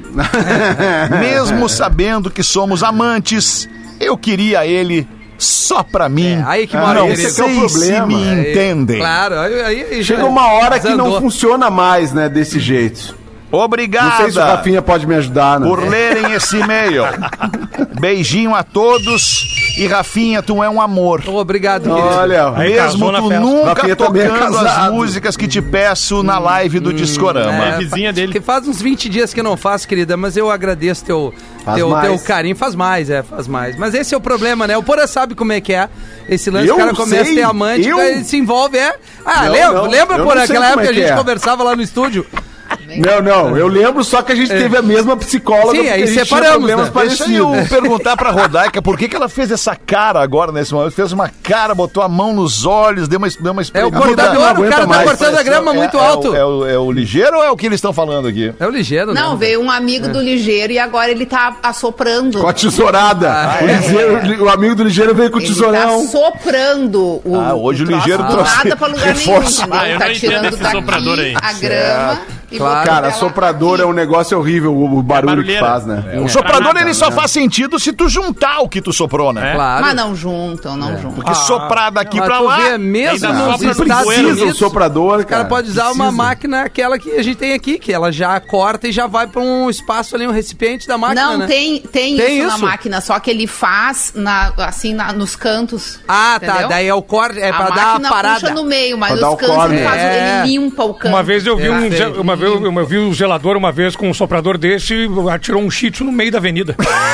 Mesmo sabendo que somos amantes, eu queria ele só pra mim. É, aí que Ah, mora não o esse querido. é que é o sei se problema. me Aí, entendem. Claro, aí, aí já Chega uma hora que não desandou. funciona mais, né, desse jeito. Não Obrigada sei se o Rafinha pode me ajudar, né? por lerem esse e-mail. Beijinho a todos. E Rafinha, tu é um amor. Ô, obrigado, querido. Olha, Aí Mesmo casou na tu festa. nunca Rafinha também é tocando as casado. músicas que te peço na live do Discorama. É, vizinha fa- dele. Que faz uns vinte dias que eu não faço, querida, mas eu agradeço teu, Faz teu, mais. teu carinho. Faz mais, é, faz mais. Mas esse é o problema, né? O Porã sabe como é que é. Esse lance, Eu o cara começa sei, a ter amante, eu- ele se envolve, é. Ah, Não, lembra, não, lembra eu Porã, não sei aquela como época é que a que gente é. conversava lá no estúdio? Não, não, eu lembro, só que a gente teve a mesma psicóloga. Sim, porque aí a gente tinha separamos, problemas né? Deixa eu perguntar pra Rodaica por que, que ela fez essa cara agora nesse momento. Fez uma cara, botou a mão nos olhos, deu uma, deu uma É o espremida. cortador, não o aguenta cara tá mais. cortando a grama É- muito é o- alto. É o, é o ligeiro ou é o que eles estão falando aqui? É o ligeiro, né? Não, veio um amigo do Ligeiro e agora ele tá assoprando. Com a tesourada. Ah, o, Ligeiro- o amigo do Ligeiro veio com o Ele tesourão. tá soprando o, Ah, hoje o troço Ligeiro do trouxe nada pra lugar nenhum, reforço. entendeu? Ah, eu tá não entendo tirando esse daqui soprador aí. a grama E Claro. botou Cara, ela soprador aqui. é um negócio horrível, o, o barulho que barulheira. faz, né? O soprador, nada, ele só né? faz sentido se tu juntar o que tu soprou, né? É. Claro. Mas não juntam, não juntam. Porque soprar daqui Mas pra tu lá... vê, mesmo ainda nos sopra no Estados bueiro. Precisa o Unidos, soprador, o cara pode usar uma máquina, aquela que a gente tem aqui, que ela já corta e já vai pra um espaço ali, um recipiente da máquina, Não, né? tem, tem, Tem isso, isso? na máquina, só que ele faz na, assim, na- nos cantos. Ah, tá, entendeu? daí é o corte, é a pra dar máquina uma parada. puxa no meio, mas Pra dar os o cantos corte. ele, faz, É. ele limpa o canto. Uma vez eu vi É, um, sei. ze- uma vez eu, eu vi um zelador uma vez com um soprador desse, atirou um shih tzu no meio da avenida.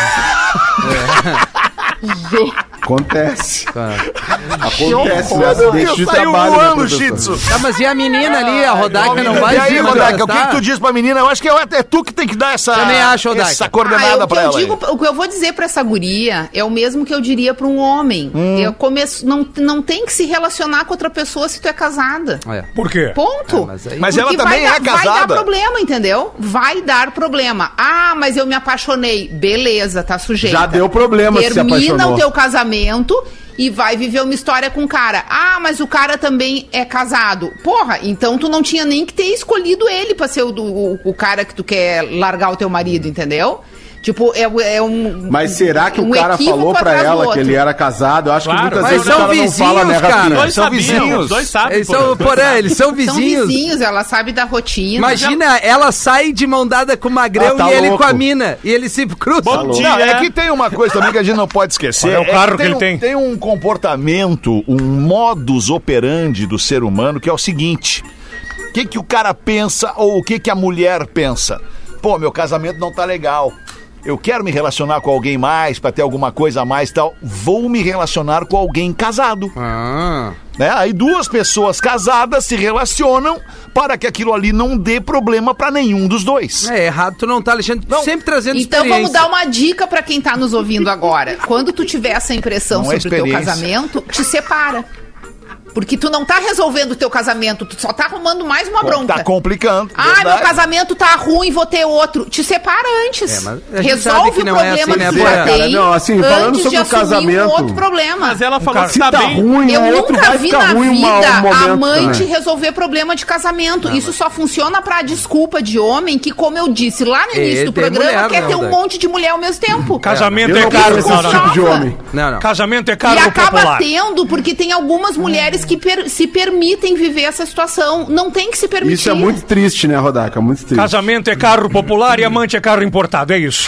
Acontece. Tá. Acontece Meu nas Deus, deixas de saiu trabalho. né, voando o professor? Shih Tzu. Tá, mas e a menina ali, a Rodaica não vai E aí, se Rodaica, o que, manifestar? que tu diz pra menina? Eu acho que é, é tu que tem que dar essa, Também acho, Rodaica. essa Ah, coordenada eu, o, que pra eu ela. aí. digo, o que eu vou dizer pra essa guria é o mesmo que eu diria pra um homem. Hum. Eu começo, não, não tem que se relacionar com outra pessoa se tu é casada. É. Por quê? Ponto. É, mas aí- Mas ela Porque também vai é dar, Vai casada. dar problema, entendeu? Vai dar problema. Ah, mas eu me apaixonei. Beleza, tá sujeita. Já deu problema se Termina apaixonou. o teu casamento e vai viver uma história com o cara. Ah, mas o cara também é casado. Porra, então tu não tinha nem que ter escolhido ele pra ser o, do- o, o cara que tu quer largar o teu marido, entendeu? Tipo, é, é um. Mas será que um o cara equívoco falou pra atrás do ela que outro. ele era casado? Eu acho Claro. que muitas Mas vezes são o cara não fala, né, vizinhos, cara. Rafinha? Dois São sabiam, vizinhos. os dois sabem. Eles pô. são, porém, eles são São vizinhos. vizinhos, ela sabe da rotina. Imagina, ela sai de mão dada com o Magrão Ah, tá e ele louco. com a mina. E eles se cruzam. Bom dia. Não, é que tem uma coisa também que a gente não pode esquecer. Olha o carro que ele um, tem. Tem um comportamento, um modus operandi do ser humano que é o seguinte: o que, que o cara pensa ou o que, que a mulher pensa? Pô, meu casamento não tá legal. Eu quero me relacionar com alguém mais pra ter alguma coisa a mais e tal. Vou me relacionar com alguém casado. Ah. Né? Aí duas pessoas casadas se relacionam para que aquilo ali não dê problema pra nenhum dos dois. É errado, tu não tá, Alexandre, Não. sempre trazendo Então experiência. vamos dar uma dica pra quem tá nos ouvindo agora. Quando tu tiver essa impressão Não é sobre o teu experiência. casamento, te separa. Porque tu não tá resolvendo o teu casamento, tu só tá arrumando mais uma bronca. Tá complicando. Ah, verdade. meu casamento tá ruim, vou ter outro. Te separa antes. É, mas a gente sabe Resolve que o não é problema assim, né, que tu Bora? já tem Cara, não, assim, falando antes sobre de o assumir casamento- um outro problema. Mas ela falou Cara, que se tá tá bem. ruim, Eu o outro nunca vai vi ficar na ruim vida uma- um a momento mãe também. te resolver problema de casamento. Isso só funciona pra desculpa de homem que, como eu disse lá no É, início do tem programa, mulher, quer né, ter um Rodaica? monte de mulher ao mesmo tempo. Casamento Eu é não caro, quero não, esse não. tipo de homem. Não, não. Casamento é E caro acaba popular. tendo, porque tem algumas mulheres que per- se permitem viver essa situação. Não tem que se permitir. Isso é muito triste, né, Rodaica? Muito triste. Casamento é carro popular e amante é carro importado, é isso.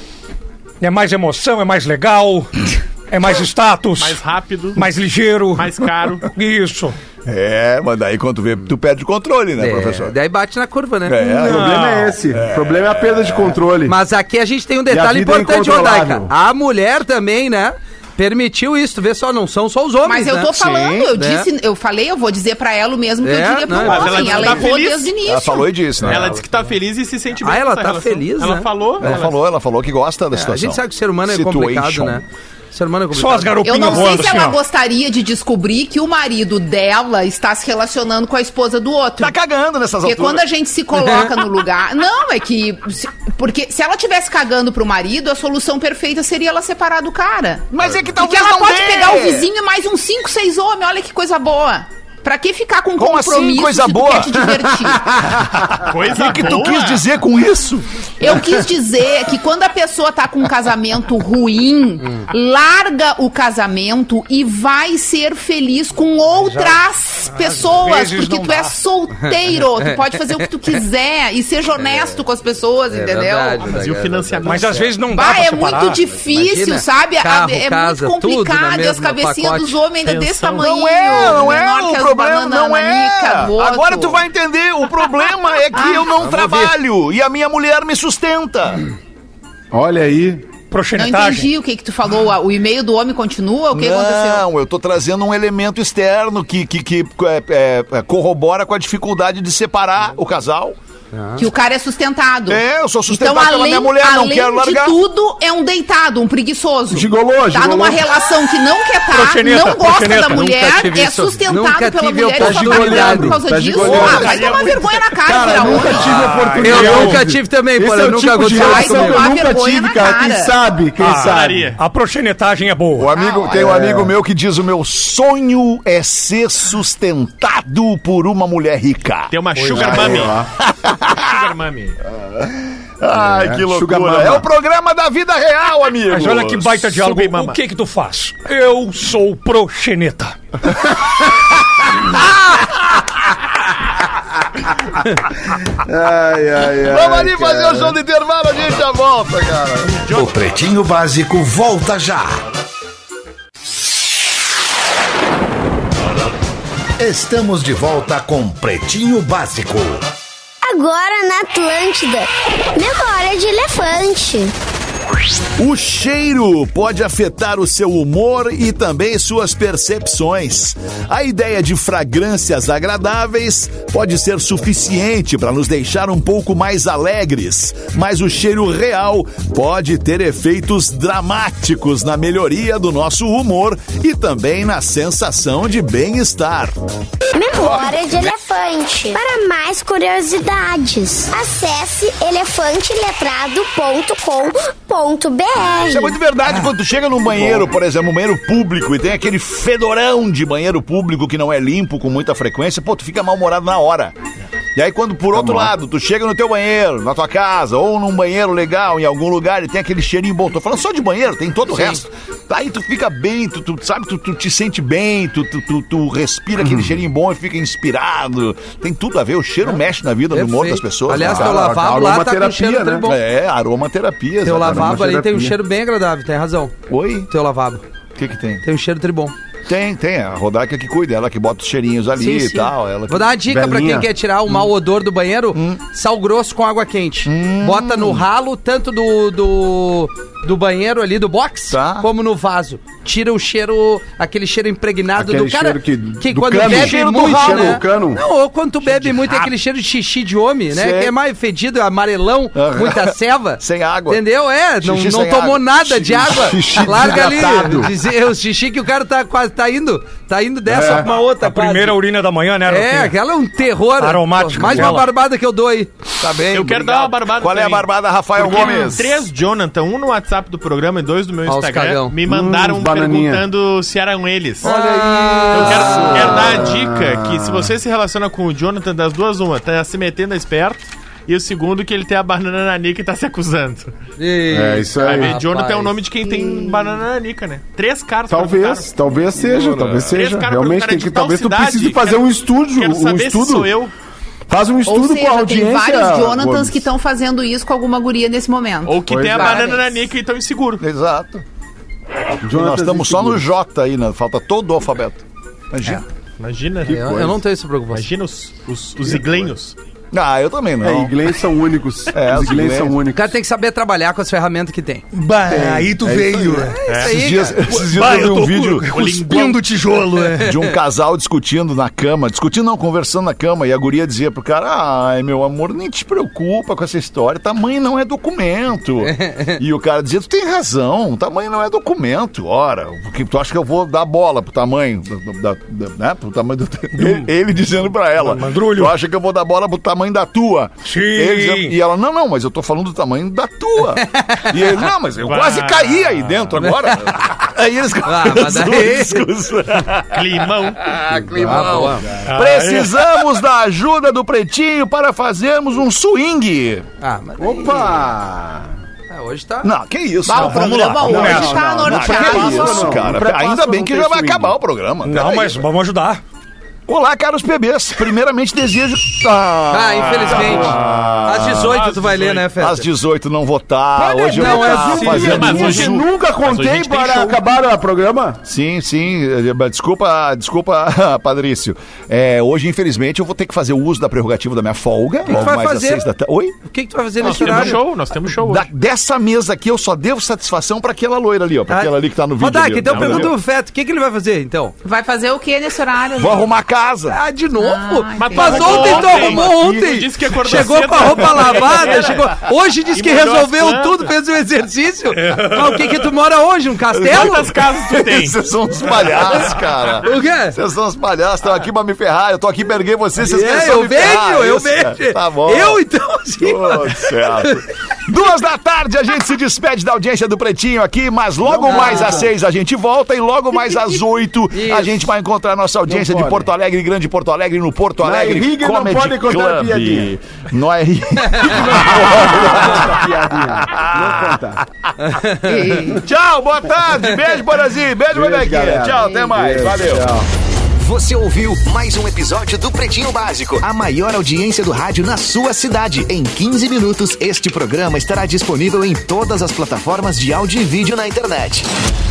É mais emoção, é mais legal, é mais status, Mais rápido, mais ligeiro. mais caro. Isso. É, mas daí quando tu vê, tu perde o controle, né, É, professor? daí bate na curva, né? É, O problema é esse. O problema é a perda de controle. Mas aqui a gente tem um E a detalhe vida é importante, incontrolável. Rodaica. A mulher também, né? Permitiu isso, tu vê só, não são só os homens, Mas eu né? tô falando, Sim, eu né? disse, eu falei, eu vou dizer pra ela o mesmo que É, eu diria pro não, mas ela homem. disse Ela que tá errou feliz. desde o início. Ela falou disso, né? Ela disse que tá feliz e se sente bem. Ah, ela nessa tá relação. feliz, Ela né? falou. Ela falou, ela falou que gosta da A situação. gente sabe que o ser humano é complicado, Situation. né? O ser humano é complicado. Só as Eu garopinhas não sei voando se assim, ela ó. gostaria de descobrir que o marido dela está se relacionando com a esposa do outro. Tá cagando nessas Porque alturas. quando a gente se coloca no lugar. Não, é que. se- Porque se ela tivesse cagando pro marido, a solução perfeita seria ela separar do cara. Mas é que Porque talvez ela não pode dê. pegar o vizinho e mais uns cinco, seis homens. Olha que coisa boa. Pra que ficar com Como compromisso assim, coisa se tu boa? quer te divertir? Coisa O que, que tu boa. quis dizer com isso? Eu quis dizer que quando a pessoa tá com um casamento ruim, larga o casamento e vai ser feliz com outras pessoas, vezes porque não tu dá. é solteiro, tu pode fazer o que tu quiser e seja honesto com as pessoas, É entendeu? verdade, Mas e o verdade. financiamento? Mas às vezes não dá Bah, pra é separar. muito difícil, Imagina, sabe? A- carro, é casa, muito tudo na complicado. E as mesma cabecinhas pacote. dos homens ainda desse Pensão. tamanho. Não é, não é menor o que as problema, bananas não nanica, é. voto. Agora tu vai entender, o problema é que eu não trabalho e a minha mulher me sustenta. Olha aí. Não Proxenetagem. entendi o que que tu falou. O e-mail do homem continua? O que aconteceu? Não, eu tô trazendo um elemento externo que, que, que é, é, corrobora com a dificuldade de separar o casal. Que o cara é sustentado. É, eu sou sustentado então, pela além, minha mulher, não além quero largar. de tudo, é um deitado, um preguiçoso. Gigolô, Tá gigolô. numa relação que não quer estar, Proxeneta, não gosta proxeneta, da nunca mulher, tive é isso. sustentado Nunca pela tive mulher e só tá oportunidade. ligado por causa Tá disso. gigolhando. Ah, vai tomar vergonha na cara, Cara, eu Viraúna. nunca tive Eu oportunidade. nunca tive também, Esse pô, é eu o nunca tipo de aconteceu Vai relação que eu tomar nunca vergonha tive, na cara. cara. Quem sabe, quem sabe. Maria. A proxenetagem é boa. O amigo, Ah, tem um olha. amigo meu que diz: o meu sonho é ser sustentado por uma mulher rica. Tem uma sugar Aí, mummy. ó. Sugar Mami. Ai, que Sugar loucura. Mama. É o programa da vida real, amigo. Mas olha que baita diálogo. Submama. O que que tu faz? Eu sou proxeneta. Ai, ai, ai. Vamos ali fazer o show do intervalo, a gente já volta, cara. O Pretinho Básico volta já. Estamos de volta com Pretinho Básico. Agora na Atlântida, memória de elefante. O cheiro pode afetar o seu humor e também suas percepções. A ideia de fragrâncias agradáveis pode ser suficiente para nos deixar um pouco mais alegres, mas o cheiro real pode ter efeitos dramáticos na melhoria do nosso humor e também na sensação de bem-estar. Memória de elefante. Para mais curiosidades, acesse elefante letrado ponto com ponto b r. Isso é muito verdade quando tu chega num banheiro, por exemplo, um banheiro público e tem aquele fedorão de banheiro público que não é limpo com muita frequência, pô, tu fica mal-humorado na hora. E aí quando, por outro lado, tu chega no teu banheiro, na tua casa, ou num banheiro legal, em algum lugar, e tem aquele cheirinho bom. Tô falando só de banheiro, tem todo o resto. Aí tu fica bem, tu, tu sabe, tu, tu te sente bem, tu, tu, tu, tu respira aquele cheirinho bom e fica inspirado. Tem tudo a ver, o cheiro mexe na vida, no humor das pessoas. Aliás, né, teu cara? lavabo lá tá com cheiro né? né? bom. É, aromaterapia. Teu exatamente. lavabo ali tem um terapia. cheiro bem agradável, tem razão. Oi? Teu lavabo. O que que tem? Tem um cheiro tribom. Tem, tem. A Rodaica que cuida, ela que bota os cheirinhos ali Sim, e sim. tal. Ela que... Vou dar uma dica pra Velhinha. quem quer tirar o mau odor do banheiro: sal grosso com água quente. Bota no ralo, tanto do, do, do banheiro ali, do box, Tá. como no vaso. Tira o cheiro, aquele cheiro impregnado Aquele do cara. cheiro que- que do quando cano. bebe Cheiro do muito, ralo, né? o cano. Não, ou quando tu bebe muito, é aquele cheiro de xixi de homem, né? Sei. Que é mais fedido, amarelão, Aham. muita ceva. Sem água. Entendeu? É, não, Xixi não sem tomou água. nada de água. Xixi Larga ali. desidratado. Dizer, o xixi que o cara tá quase tá indo. Tá indo dessa É. pra uma outra. A primeira quase. urina da manhã, né, É, Rafinha? aquela é um terror. Aromática, Mais uma aquela. barbada que eu dou aí. Tá bem, Eu quero obrigado. dar uma barbada Qual é a também. barbada, Rafael Porque Gomes? três Jonathan, um no WhatsApp do programa e dois do meu Ó, os Instagram, cagão. me mandaram Hum, os bananinha. perguntando se eram eles. Olha Ah. Eu quero, aí. quero dar a dica que se você se relaciona com o Jonathan, das duas, uma, tá se metendo a esperto, e o segundo que ele tem a banana nanica e tá se acusando. É, isso Vai aí. ver, Jonathan é o rapaz. nome de quem tem banana nanica, né? Três caras Talvez, perguntaram. talvez seja, talvez Três seja. caras Realmente perguntaram tem de que, qual talvez tu cidade, precise fazer quero- um estúdio, Quero um saber estudo. se sou eu. Faz um Ou estudo com a seja, tem audiência. vários Jonathans Gomes. que estão fazendo isso com alguma guria nesse momento. Ou que Pois tem a é. banana nanica e estão inseguro. Exato. E Jonathan nós estamos só inseguro. no J aí, né? Falta todo o alfabeto. Imagina. Imagina. Eu, eu não tenho essa preocupação. Imagina os, os, os iglenhos. Ah, eu também É, não. inglês são únicos. É, os os inglês inglês. são O únicos. cara tem que saber trabalhar com as ferramentas que tem. Bah, aí tu é isso veio. aí, né? É isso aí, Esses dias, cara. esses dias Bah, eu vi eu um tô vídeo cuspindo tijolo, é. de um casal discutindo na cama. Discutindo não, conversando na cama. E a guria dizia pro cara, ai, meu amor, nem te preocupa com essa história. Tamanho não é documento. E o cara dizia, tu tem razão. Tamanho não é documento. Ora, porque tu acha que eu vou dar bola pro tamanho da, da- da- né? Pro tamanho do... Ele, ele dizendo pra ela, Mandrulho. tu acha que eu vou dar bola pro tamanho da tua? Sim. Ele dizendo- e ela, não, não, mas eu tô falando do tamanho da tua. E ele, não, mas eu quase caí aí dentro agora. Aí eles Ah, mas daí- Climão. Ah, climão. Precisamos da ajuda do Pretinho para fazermos um swing. Ah, mas daí- Opa! Ah, hoje tá. Não, que isso. Ah, não, o programa vamos lá. hoje Não, tá não, não, Não, que norteado. isso, não. cara. No pré-passo Ainda bem não que tem já vai swing. acabar o programa. Não, Peraí. mas vamos ajudar. Olá, caros P Bs. Primeiramente desejo... Ah, infelizmente. Às dezoito às tu vai ler, né, Feta? Às dezoito não vou estar. Olha, Hoje eu não, vou é estar assim, fazendo mas hoje uso... Nunca Mas a contei gente tem para show. acabar o programa. Sim, sim. eh, Desculpa, desculpa, Padrício. É, hoje, infelizmente, eu vou ter que fazer o uso da prerrogativa da minha folga. que tu vai fazer? Da ta... Oi? O que, que tu vai fazer Nós nesse temos horário? show, nós temos show Da- hoje. dessa mesa aqui, eu só devo satisfação pra aquela loira ali, ó. Pra Ah, aquela ali que tá no vídeo. Rodak, ali, ó. então Não, pergunta ali, pro Feto, o que, que ele vai fazer, então? Vai fazer o que nesse horário? ó. Vou arrumar a casa. Ah, de novo? Ai, Mas tu ontem tu arrumou arrumou ontem. ontem. Tu disse que acordou Chegou cedo. com a roupa lavada, chegou... Hoje disse E que molhou as resolveu plantas. tudo, fez um exercício. Mas o que que tu mora hoje? Um castelo? Quantas casas tu tem? Vocês são uns palhaços, cara. O quê? Vocês são uns palhaços, estão aqui pra me ferrar. Eu tô aqui pra erguer vocês, vocês É, pensam eu me ferrar, vejo, eu isso, cara. vejo. Tá bom. Eu, então, assim... Tudo certo. Duas da tarde a gente se despede da audiência do Pretinho aqui, mas logo Não mais pode. às seis a gente volta e logo mais às oito a gente vai encontrar a nossa audiência Não de pode. Porto Alegre, Grande Porto Alegre, no Porto Na Alegre Henrique não Comedy pode contar Club. piadinha. No Henrique Piadinha. Não conta. Tchau, boa tarde, beijo, Borazinho, beijo, Beijo, Bebequinha. galera. Tchau, até mais, Beijo, valeu. tchau. Você ouviu mais um episódio do Pretinho Básico, a maior audiência do rádio na sua cidade. Em quinze minutos, este programa estará disponível em todas as plataformas de áudio e vídeo na internet.